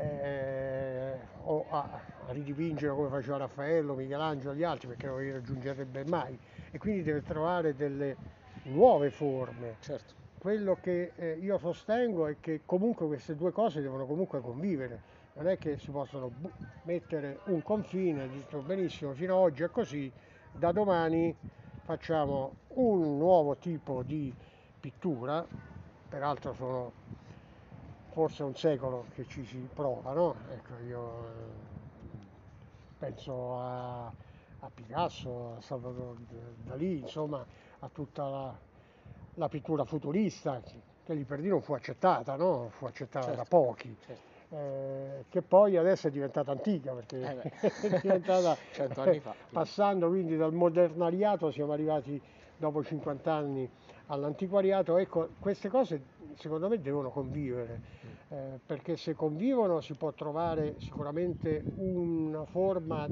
o a ridipingere come faceva Raffaello, Michelangelo e gli altri, perché non li raggiungerebbe mai, e quindi deve trovare delle nuove forme. certo. Quello che io sostengo è che comunque queste due cose devono comunque convivere, non è che si possono mettere un confine, dico benissimo, fino ad oggi è così, da domani facciamo un nuovo tipo di pittura, peraltro sono forse un secolo che ci si prova, no? Ecco, io penso a Picasso, a Salvador Dalì, insomma, a tutta la pittura futurista, che lì per dire non fu accettata, no? Fu accettata da Certo, pochi, certo. che poi adesso è diventata antica, perché Eh beh, è diventata, 100 anni fa, quindi. passando quindi dal modernariato, siamo arrivati dopo 50 anni all'antiquariato. Ecco, queste cose secondo me devono convivere, perché se convivono si può trovare sicuramente una forma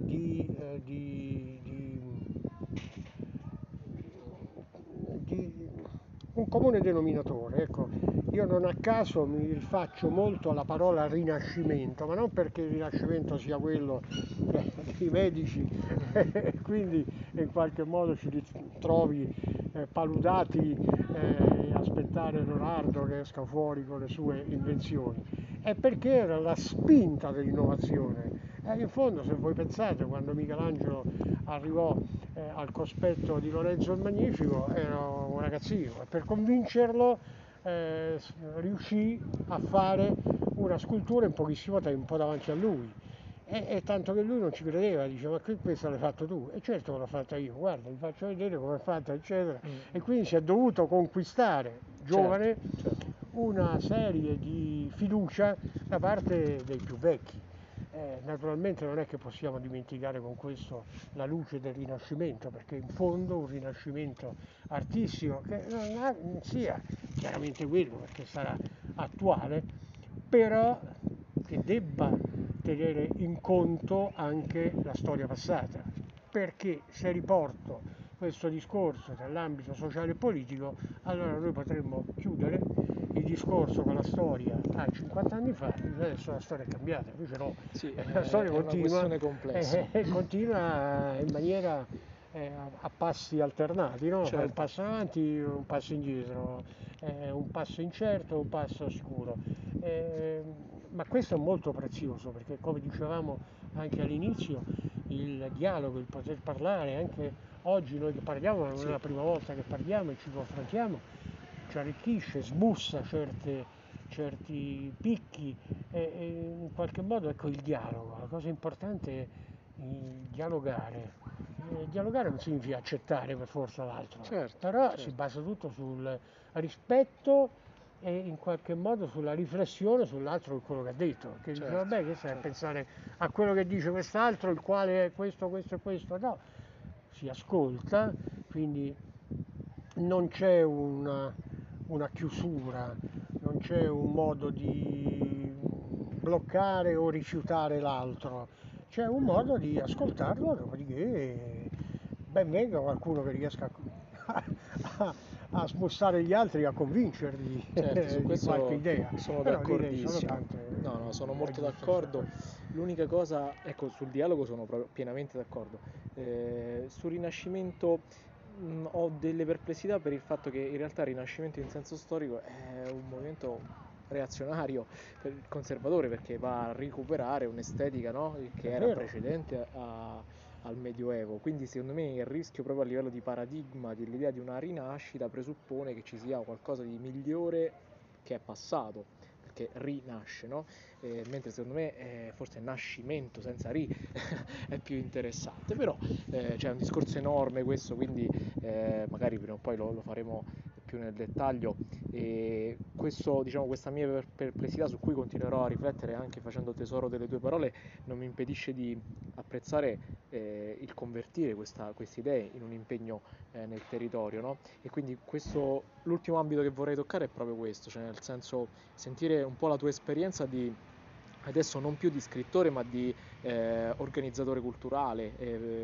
di un comune denominatore. Ecco, io non a caso mi rifaccio molto alla parola rinascimento, ma non perché il rinascimento sia quello dei medici e quindi in qualche modo ci ritrovi paludati aspettare Leonardo che esca fuori con le sue invenzioni, è perché era la spinta dell'innovazione. In fondo, se voi pensate, quando Michelangelo arrivò al cospetto di Lorenzo il Magnifico, era un ragazzino, e per convincerlo riuscì a fare una scultura in pochissimo tempo davanti a lui. E tanto che lui non ci credeva, diceva: ma questo l'hai fatto tu? E certo che l'ho fatta io, guarda, vi faccio vedere come è fatta, eccetera. E quindi si è dovuto conquistare, Certo, giovane, certo. una serie di fiducia da parte dei più vecchi. Naturalmente non è che possiamo dimenticare con questo la luce del Rinascimento, perché in fondo un Rinascimento artistico, che non sia chiaramente quello, perché sarà attuale, però che debba tenere in conto anche la storia passata, perché se riporto questo discorso nell'ambito sociale e politico, allora noi potremmo chiudere il discorso con la storia 50 anni fa, adesso la storia è cambiata, invece no, Sì, la storia è una continua, questione complessa. continua in maniera a passi alternati, no? Fai un Certo, passo avanti, un passo indietro, un passo incerto, un passo sicuro. Ma questo è molto prezioso, perché come dicevamo anche all'inizio, il dialogo, il poter parlare. Anche oggi noi che parliamo, non è Sì, la prima volta che parliamo e ci confrontiamo, ci arricchisce, smussa certi picchi e in qualche modo, ecco, il dialogo, la cosa importante è dialogare. Dialogare non significa accettare per forza l'altro, certo, però si certo, basa tutto sul rispetto e in qualche modo sulla riflessione sull'altro, di quello che ha detto, che dice certo, vabbè, che stai a certo. pensare a quello che dice quest'altro, il quale è questo, questo e questo, no, si ascolta, quindi non c'è una chiusura, non c'è un modo di bloccare o rifiutare l'altro, c'è un modo di ascoltarlo, dopodiché ben venga qualcuno che riesca a smussare gli altri, a convincerli Certo, su di qualche questo idea, sono però le idee sono d'accordissimo. tante, No, no, sono è molto giusto essere d'accordo. così. L'unica cosa, ecco, sul dialogo sono pienamente d'accordo. Sul Rinascimento ho delle perplessità per il fatto che in realtà il Rinascimento in senso storico è un movimento reazionario, conservatore, perché va a recuperare un'estetica, no? Che È era vero, precedente al Medioevo. Quindi secondo me il rischio proprio a livello di paradigma dell'idea di una rinascita presuppone che ci sia qualcosa di migliore che è passato, perché rinasce, no? Mentre secondo me forse il nascimento senza ri è più interessante, però c'è un discorso enorme questo, quindi magari prima o poi lo faremo più nel dettaglio e questo, diciamo, questa mia perplessità su cui continuerò a riflettere anche facendo tesoro delle tue parole non mi impedisce di apprezzare il convertire queste idee in un impegno nel territorio, no? E quindi l'ultimo ambito che vorrei toccare è proprio questo, cioè nel senso sentire un po' la tua esperienza di adesso non più di scrittore ma di organizzatore culturale,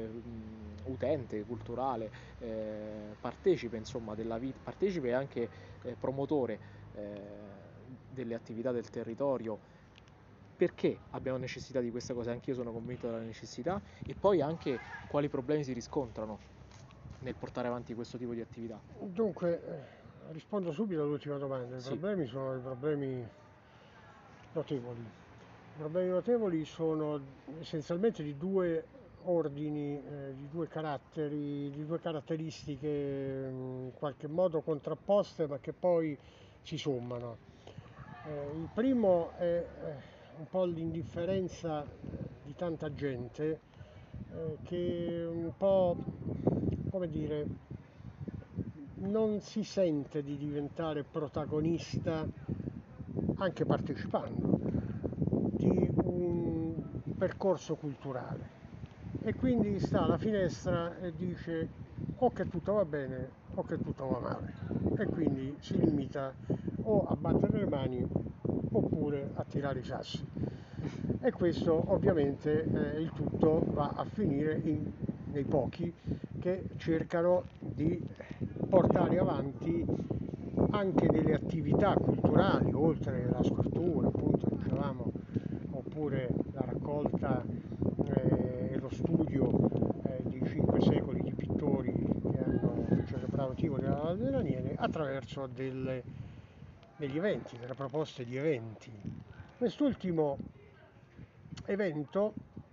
utente culturale, partecipe insomma della vita, partecipe e anche promotore delle attività del territorio. Perché abbiamo necessità di questa cosa? Anch'io sono convinto della necessità e poi anche quali problemi si riscontrano nel portare avanti questo tipo di attività. Dunque, rispondo subito all'ultima domanda. I Sì, problemi sono i problemi notevoli. I problemi notevoli sono essenzialmente di due ordini, di due caratteri, di due caratteristiche in qualche modo contrapposte ma che poi si sommano. Il primo è un po' l'indifferenza di tanta gente che un po', come dire, non si sente di diventare protagonista, anche partecipando, di un percorso culturale e quindi sta alla finestra e dice o che tutto va bene o che tutto va male e quindi si limita o a battere le mani oppure a tirare i sassi e questo ovviamente il tutto va a finire nei pochi che cercano di portare avanti anche delle attività culturali, oltre la scrittura, appunto, dicevamo, oppure la raccolta e lo studio dei 5 secoli di pittori che hanno celebrato Tivoli della Valle dell'Aniene attraverso degli eventi, delle proposte di eventi. Quest'ultimo evento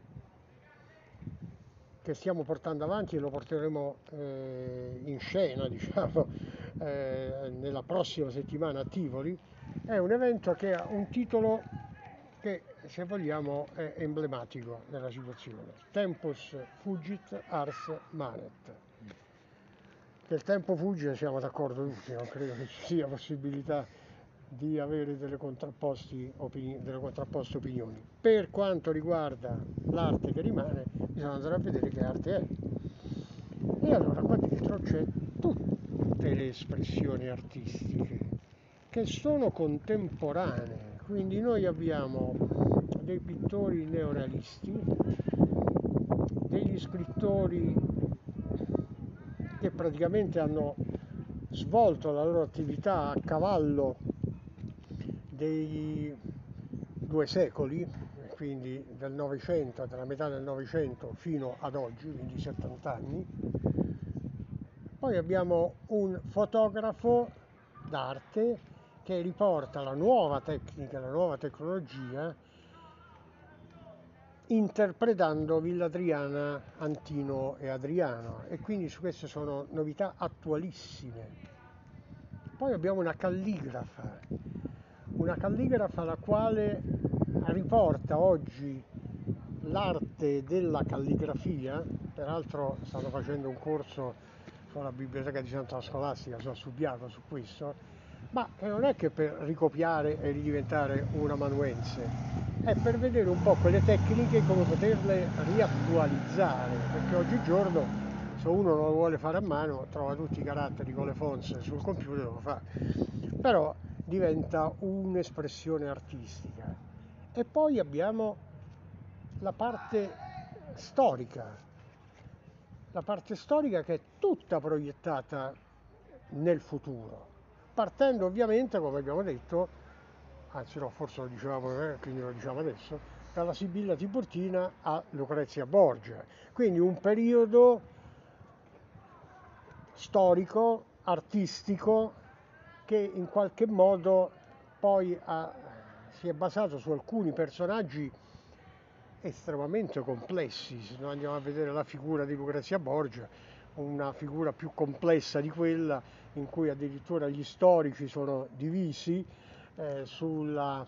che stiamo portando avanti e lo porteremo in scena, diciamo, nella prossima settimana a Tivoli, è un evento che ha un titolo che, se vogliamo, è emblematico della situazione. Tempus fugit ars manet. Che il tempo fugge siamo d'accordo tutti, non credo che ci sia possibilità di avere delle contrapposte opinioni. Per quanto riguarda l'arte che rimane, bisogna andare a vedere che arte è. E allora qua dentro c'è tutte le espressioni artistiche che sono contemporanee, quindi noi abbiamo dei pittori neorealisti, degli scrittori che praticamente hanno svolto la loro attività a cavallo dei 2 secoli, quindi del Novecento, dalla metà del Novecento fino ad oggi, quindi 70 anni. Poi abbiamo un fotografo d'arte che riporta la nuova tecnica, la nuova tecnologia interpretando Villa Adriana, Antino e Adriano, e quindi su queste sono novità attualissime. Poi abbiamo una calligrafa la quale riporta oggi l'arte della calligrafia. Peraltro stanno facendo un corso sulla biblioteca di Santa Scholastica, sono studiato su questo, ma che non è che per ricopiare e ridiventare un amanuense, è per vedere un po' quelle tecniche, come poterle riattualizzare, perché oggigiorno se uno non lo vuole fare a mano trova tutti i caratteri con le fonze sul computer, lo fa, però diventa un'espressione artistica. E poi abbiamo la parte storica, che è tutta proiettata nel futuro, partendo ovviamente, come abbiamo detto, anzi no, forse lo dicevamo, quindi lo diciamo adesso, dalla Sibilla Tiburtina a Lucrezia Borgia, quindi un periodo storico, artistico, che in qualche modo poi si è basato su alcuni personaggi estremamente complessi. Se noi andiamo a vedere la figura di Lucrezia Borgia, una figura più complessa di quella, in cui addirittura gli storici sono divisi sulla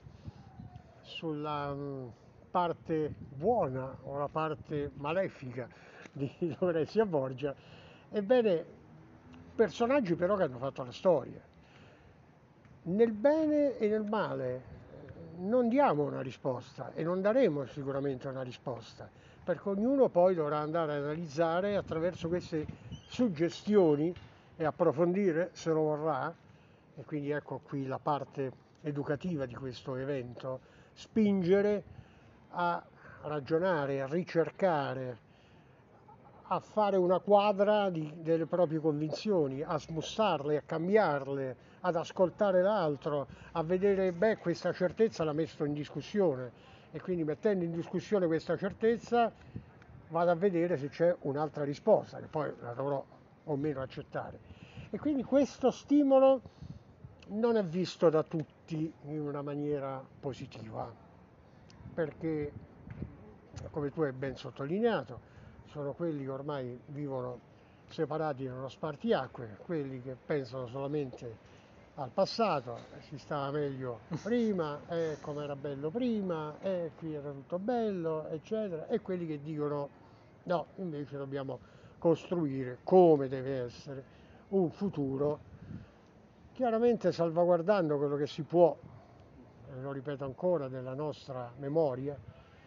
parte buona o la parte malefica di Lucrezia Borgia. Ebbene, personaggi però che hanno fatto la storia. Nel bene e nel male non diamo una risposta e non daremo sicuramente una risposta, perché ognuno poi dovrà andare ad analizzare attraverso queste suggestioni e approfondire se lo vorrà, e quindi ecco qui la parte educativa di questo evento, spingere a ragionare, a ricercare, a fare una quadra delle proprie convinzioni, a smussarle, a cambiarle, ad ascoltare l'altro, a vedere, beh, questa certezza l'ha messo in discussione, e quindi mettendo in discussione questa certezza vado a vedere se c'è un'altra risposta, che poi la dovrò o meno accettare. E quindi questo stimolo non è visto da tutti in una maniera positiva, perché, come tu hai ben sottolineato, sono quelli che ormai vivono separati in uno spartiacque, quelli che pensano solamente al passato, si stava meglio prima, come era bello prima, qui era tutto bello, eccetera, e quelli che dicono no, invece dobbiamo costruire come deve essere un futuro, chiaramente salvaguardando quello che si può, lo ripeto ancora, della nostra memoria.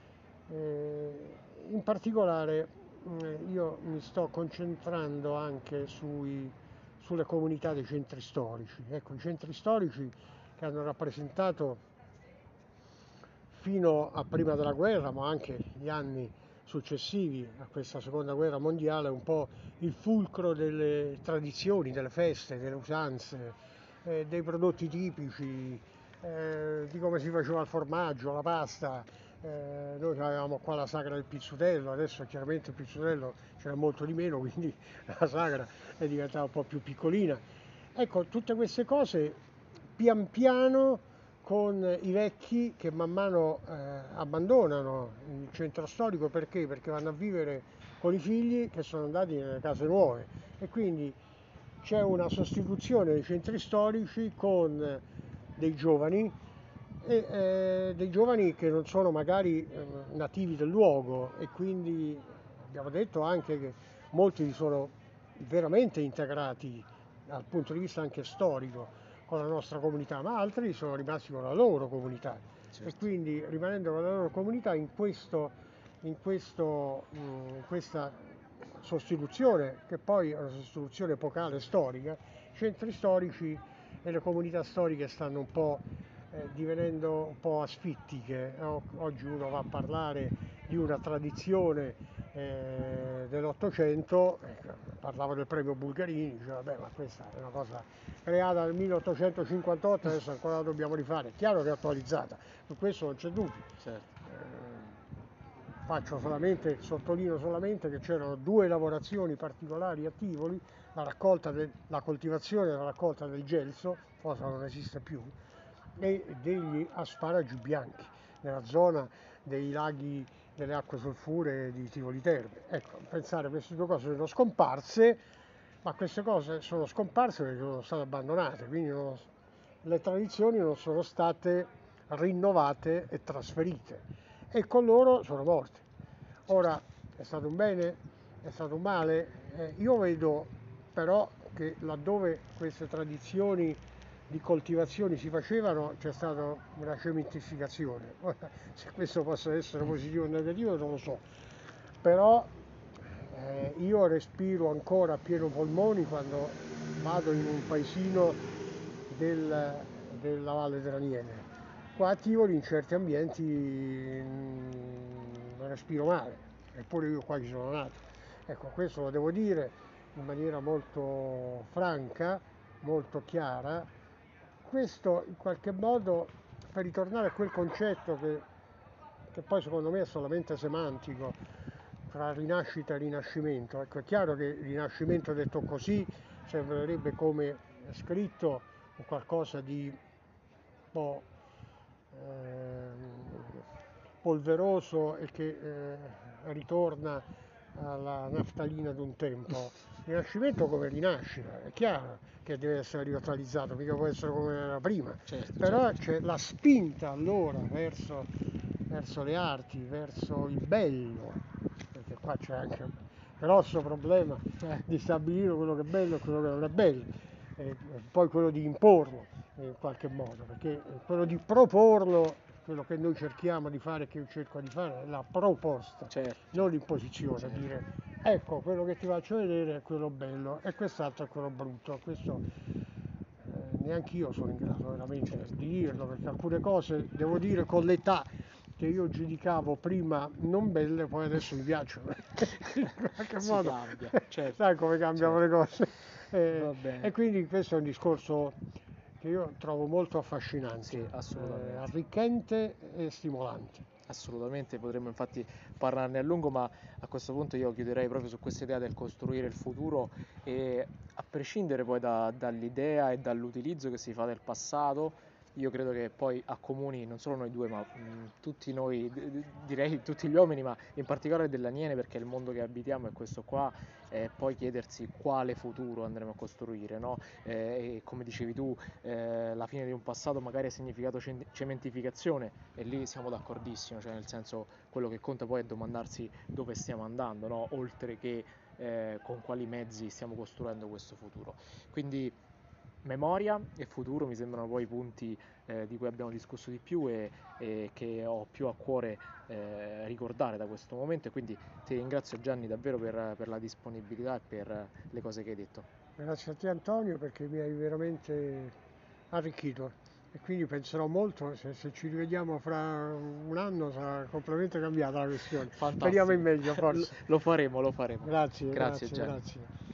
In particolare io mi sto concentrando anche sulle comunità dei centri storici. Ecco, i centri storici che hanno rappresentato fino a prima della guerra, ma anche gli anni successivi a questa seconda guerra mondiale, un po' il fulcro delle tradizioni, delle feste, delle usanze, dei prodotti tipici, di come si faceva il formaggio, la pasta. Noi avevamo qua la sagra del pizzutello, adesso chiaramente il pizzutello ce n'è molto di meno, quindi la sagra è diventata un po' più piccolina. Ecco, tutte queste cose pian piano, con i vecchi che man mano abbandonano il centro storico, perché? Perché vanno a vivere con i figli che sono andati nelle case nuove, e quindi c'è una sostituzione dei centri storici con dei giovani, e dei giovani che non sono magari nativi del luogo, e quindi abbiamo detto anche che molti sono veramente integrati dal punto di vista anche storico con la nostra comunità, ma altri sono rimasti con la loro comunità. Certo. E quindi, rimanendo con la loro comunità, in questa sostituzione, che poi è una sostituzione epocale storica, i centri storici e le comunità storiche stanno un po' divenendo un po' asfittiche. Oggi uno va a parlare di una tradizione dell'Ottocento, parlavo del premio Bulgarini, diceva, vabbè, ma questa è una cosa creata nel 1858, adesso ancora la dobbiamo rifare. È chiaro che è attualizzata, su questo non c'è dubbio. Certo. Sottolineo solamente che c'erano due lavorazioni particolari a Tivoli, la coltivazione e la raccolta del gelso, cosa non esiste più, e degli asparagi bianchi. nella zona dei laghi delle acque sulfuree di Tivoli Terme. Ecco, pensare che queste due cose sono scomparse, ma queste cose sono scomparse perché sono state abbandonate, quindi le tradizioni non sono state rinnovate e trasferite e con loro sono morte. Ora, è stato un bene, è stato un male? Io vedo però che laddove queste tradizioni di coltivazioni si facevano c'è stata una cementificazione. Ora, se questo possa essere positivo o negativo non lo so, però io respiro ancora a pieno polmoni quando vado in un paesino della Valle dell'Aniene. Qua a Tivoli in certi ambienti respiro male, eppure io qua ci sono nato. Ecco, questo lo devo dire in maniera molto franca, molto chiara. Questo in qualche modo per ritornare a quel concetto che poi secondo me è solamente semantico, tra rinascita e rinascimento. Ecco, è chiaro che il rinascimento detto così sembrerebbe come scritto un qualcosa di un po' polveroso e che ritorna alla naftalina d'un tempo. Il rinascimento come rinascita, è chiaro che deve essere riotalizzato, mica può essere come era prima, Certo, però certo. c'è la spinta allora verso le arti, verso il bello, perché qua c'è anche un grosso problema di stabilire quello che è bello e quello che non è bello, e poi quello di imporlo in qualche modo, perché quello di proporlo, quello che noi cerchiamo di fare, che io cerco di fare, è la proposta, Certo, non l'imposizione, certo. dire ecco quello che ti faccio vedere è quello bello e quest'altro è quello brutto. Questo neanche io sono in grado veramente di dirlo, perché alcune cose devo dire con l'età che io giudicavo prima non belle, poi adesso mi piacciono. In qualche Si modo, cambia, certo, sai come cambiano certo. le cose. Va E bene. quindi questo è un discorso che io trovo molto affascinante, Sì, assolutamente. arricchente e stimolante. Assolutamente, potremmo infatti parlarne a lungo, ma a questo punto io chiuderei proprio su questa idea del costruire il futuro e a prescindere poi dall'idea e dall'utilizzo che si fa del passato, io credo che poi accomuni non solo noi due, ma tutti noi, direi tutti gli uomini, ma in particolare dell'Aniene, perché il mondo che abitiamo è questo qua, poi chiedersi quale futuro andremo a costruire, no? E come dicevi tu, la fine di un passato magari ha significato cementificazione e lì siamo d'accordissimo, cioè nel senso quello che conta poi è domandarsi dove stiamo andando, no? Oltre che con quali mezzi stiamo costruendo questo futuro. Quindi memoria e futuro mi sembrano poi i punti di cui abbiamo discusso di più e che ho più a cuore ricordare da questo momento e quindi ti ringrazio Gianni davvero per la disponibilità e per le cose che hai detto. Grazie a te Antonio perché mi hai veramente arricchito e quindi penserò molto, se ci rivediamo fra un anno sarà completamente cambiata la questione. Speriamo in Fantastico, meglio forse. lo faremo, lo faremo. Grazie, Grazie grazie, Gianni. grazie.